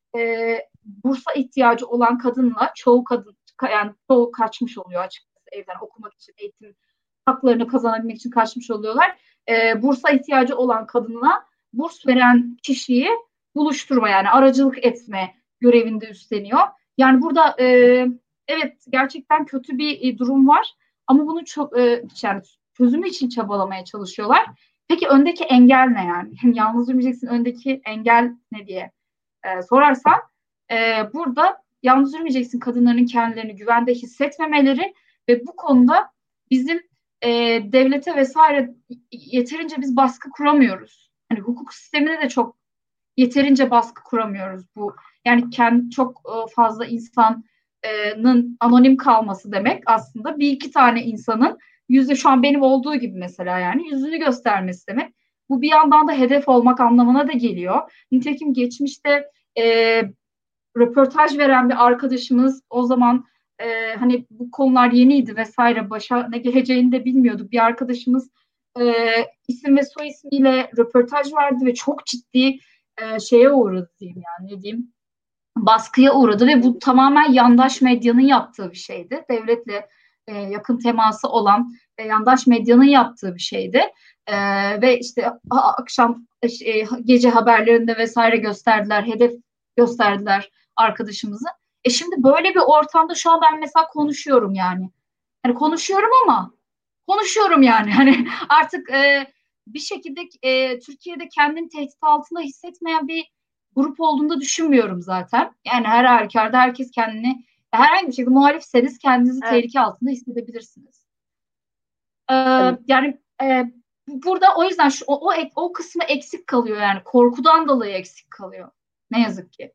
bursa ihtiyacı olan kadınla çoğu kadın yani çoğu kaçmış oluyor açıkçası evden okumak için eğitim haklarını kazanabilmek için kaçmış oluyorlar. Bursa ihtiyacı olan kadınla burs veren kişiyi buluşturma yani aracılık etme görevinde üstleniyor. Yani burada evet gerçekten kötü bir durum var ama bunu çok yani çözümü için çabalamaya çalışıyorlar. Peki öndeki engel ne yani? Yalnız Ümeyeceksin öndeki engel ne diye sorarsan burada yalnız yürümeyeceksin kadınların kendilerini güvende hissetmemeleri ve bu konuda bizim devlete vesaire yeterince biz baskı kuramıyoruz. Hani hukuk sistemine de çok yeterince baskı kuramıyoruz bu. Yani çok fazla insanın anonim kalması demek aslında bir iki tane insanın şu an benim olduğu gibi mesela yani yüzünü göstermesi demek. Bu bir yandan da hedef olmak anlamına da geliyor. Nitekim geçmişte e, röportaj veren bir arkadaşımız o zaman hani bu konular yeniydi vesaire başa ne geleceğini de bilmiyorduk. Bir arkadaşımız e, isim ve soy ismiyle röportaj verdi ve çok ciddi şeye uğradı diyeyim yani ne diyeyim baskıya uğradı ve bu tamamen yandaş medyanın yaptığı bir şeydi. Devletle yakın teması olan yandaş medyanın yaptığı bir şeydi. Ve işte akşam gece haberlerinde vesaire gösterdiler, hedef gösterdiler arkadaşımızı. Şimdi böyle bir ortamda şu an ben mesela konuşuyorum yani. Hani konuşuyorum ama konuşuyorum yani. Hani artık bir şekilde Türkiye'de kendini tehdit altında hissetmeyen bir grup olduğunu da düşünmüyorum zaten. Yani her halükarda herkes kendini herhangi bir şekilde muhalifseniz kendinizi Evet. tehlike altında hissedebilirsiniz. Ee, Evet. yani burada o yüzden o kısmı eksik kalıyor, yani korkudan dolayı eksik kalıyor. Ne yazık ki.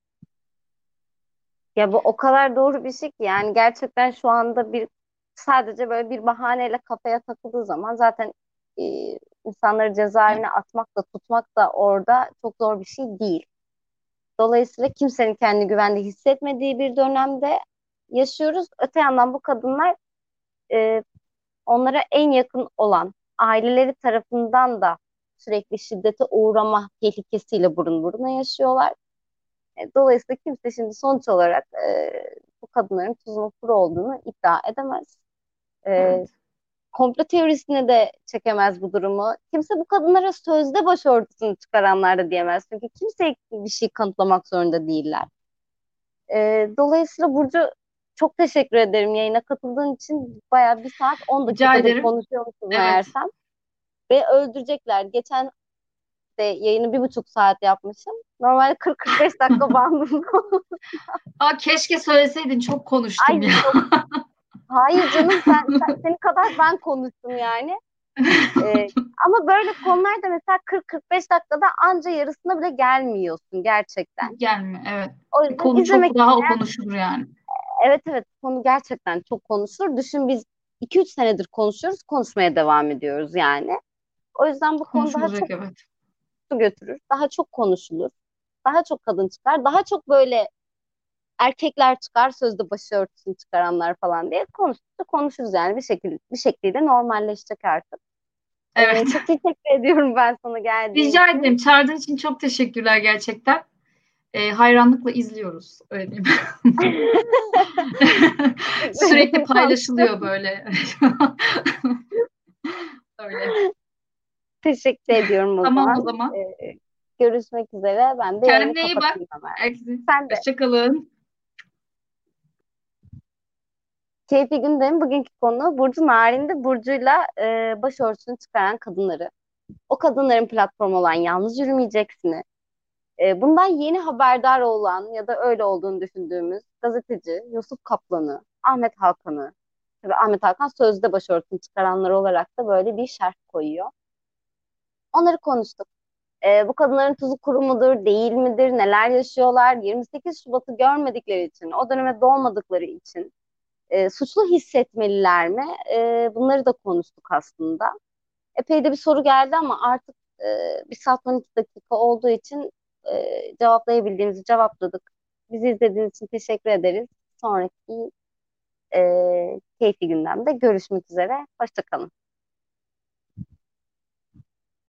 Ya bu o kadar doğru bir şey ki yani gerçekten şu anda sadece böyle bir bahaneyle kafaya takıldığı zaman zaten e, insanları cezaevine atmak da tutmak da orada çok zor bir şey değil. Dolayısıyla kimsenin kendini güvende hissetmediği bir dönemde yaşıyoruz. Öte yandan bu kadınlar e, onlara en yakın olan aileleri tarafından da sürekli şiddete uğrama tehlikesiyle burun buruna yaşıyorlar. Dolayısıyla kimse şimdi sonuç olarak bu kadınların tuzunun kuru olduğunu iddia edemez. E, Evet. Komplo teorisine de çekemez bu durumu. Kimse bu kadınlara sözde başörtüsünü çıkaranlar da diyemez. Çünkü kimse bir şey kanıtlamak zorunda değiller. Dolayısıyla Burcu çok teşekkür ederim yayına katıldığın için. Bayağı 1 saat 10 Rica dakikadır ederim. konuşuyormuşuz Evet. meğersem. Ve öldürecekler. Geçen de yayını 1,5 saat yapmışım. Normalde 40-45 dakika bandım. Keşke söyleseydin, çok konuştum Ay ya. yok. Hayır canım senin kadar ben konuştum yani. Ee, Ama böyle konularda mesela 40-45 dakikada anca yarısına bile gelmiyorsun gerçekten. Gelme, evet. O yüzden Konu çok izlemek daha o konuşulur yani. evet evet konu gerçekten çok konuşulur. Düşün biz 2-3 senedir konuşuyoruz, konuşmaya devam ediyoruz yani. O yüzden bu konu daha Konuşulacak, çok evet. su götürür, daha çok konuşulur, daha çok kadın çıkar, daha çok böyle erkekler çıkar, sözde başörtüsünü çıkaranlar falan diye konuştukça konuşuruz yani bir şekilde normalleşecek artık. Evet. Çok teşekkür ediyorum ben sana geldiğin Rica ederim. için. Çağırdığın için çok teşekkürler gerçekten. Hayranlıkla izliyoruz. Öyle diyeyim. Sürekli Teşekkür paylaşılıyor böyle. Öyle. Teşekkür ediyorum o Tamam o zaman. zaman. Görüşmek üzere. Ben de yayını Kendine iyi bak. kapatayım hemen. Herkese. Sen de. Hoşça kalın. Keyifli gündem bugünkü konu Burcu Narin'de Burcu'yla başörtüsünü çıkaran kadınları. O kadınların platformu olan Yalnız Yürümeyeceksini, bundan yeni haberdar olan ya da öyle olduğunu düşündüğümüz gazeteci Yusuf Kaplan'ı, Ahmet Hakan'ı, tabii Ahmet Hakan sözde başörtüsünü çıkaranlar olarak da böyle bir şerh koyuyor. Onları konuştuk. Bu kadınların tuzu kuru mudur, değil midir, neler yaşıyorlar, 28 Şubat'ı görmedikleri için, o döneme doğmadıkları için suçlu hissetmeliler mi? Bunları da konuştuk aslında. Epey de bir soru geldi ama artık 1 saat 12 dakika olduğu için cevaplayabildiğimizi cevapladık. Bizi izlediğiniz için teşekkür ederiz. Sonraki keyifli gündemde görüşmek üzere. Hoşça kalın.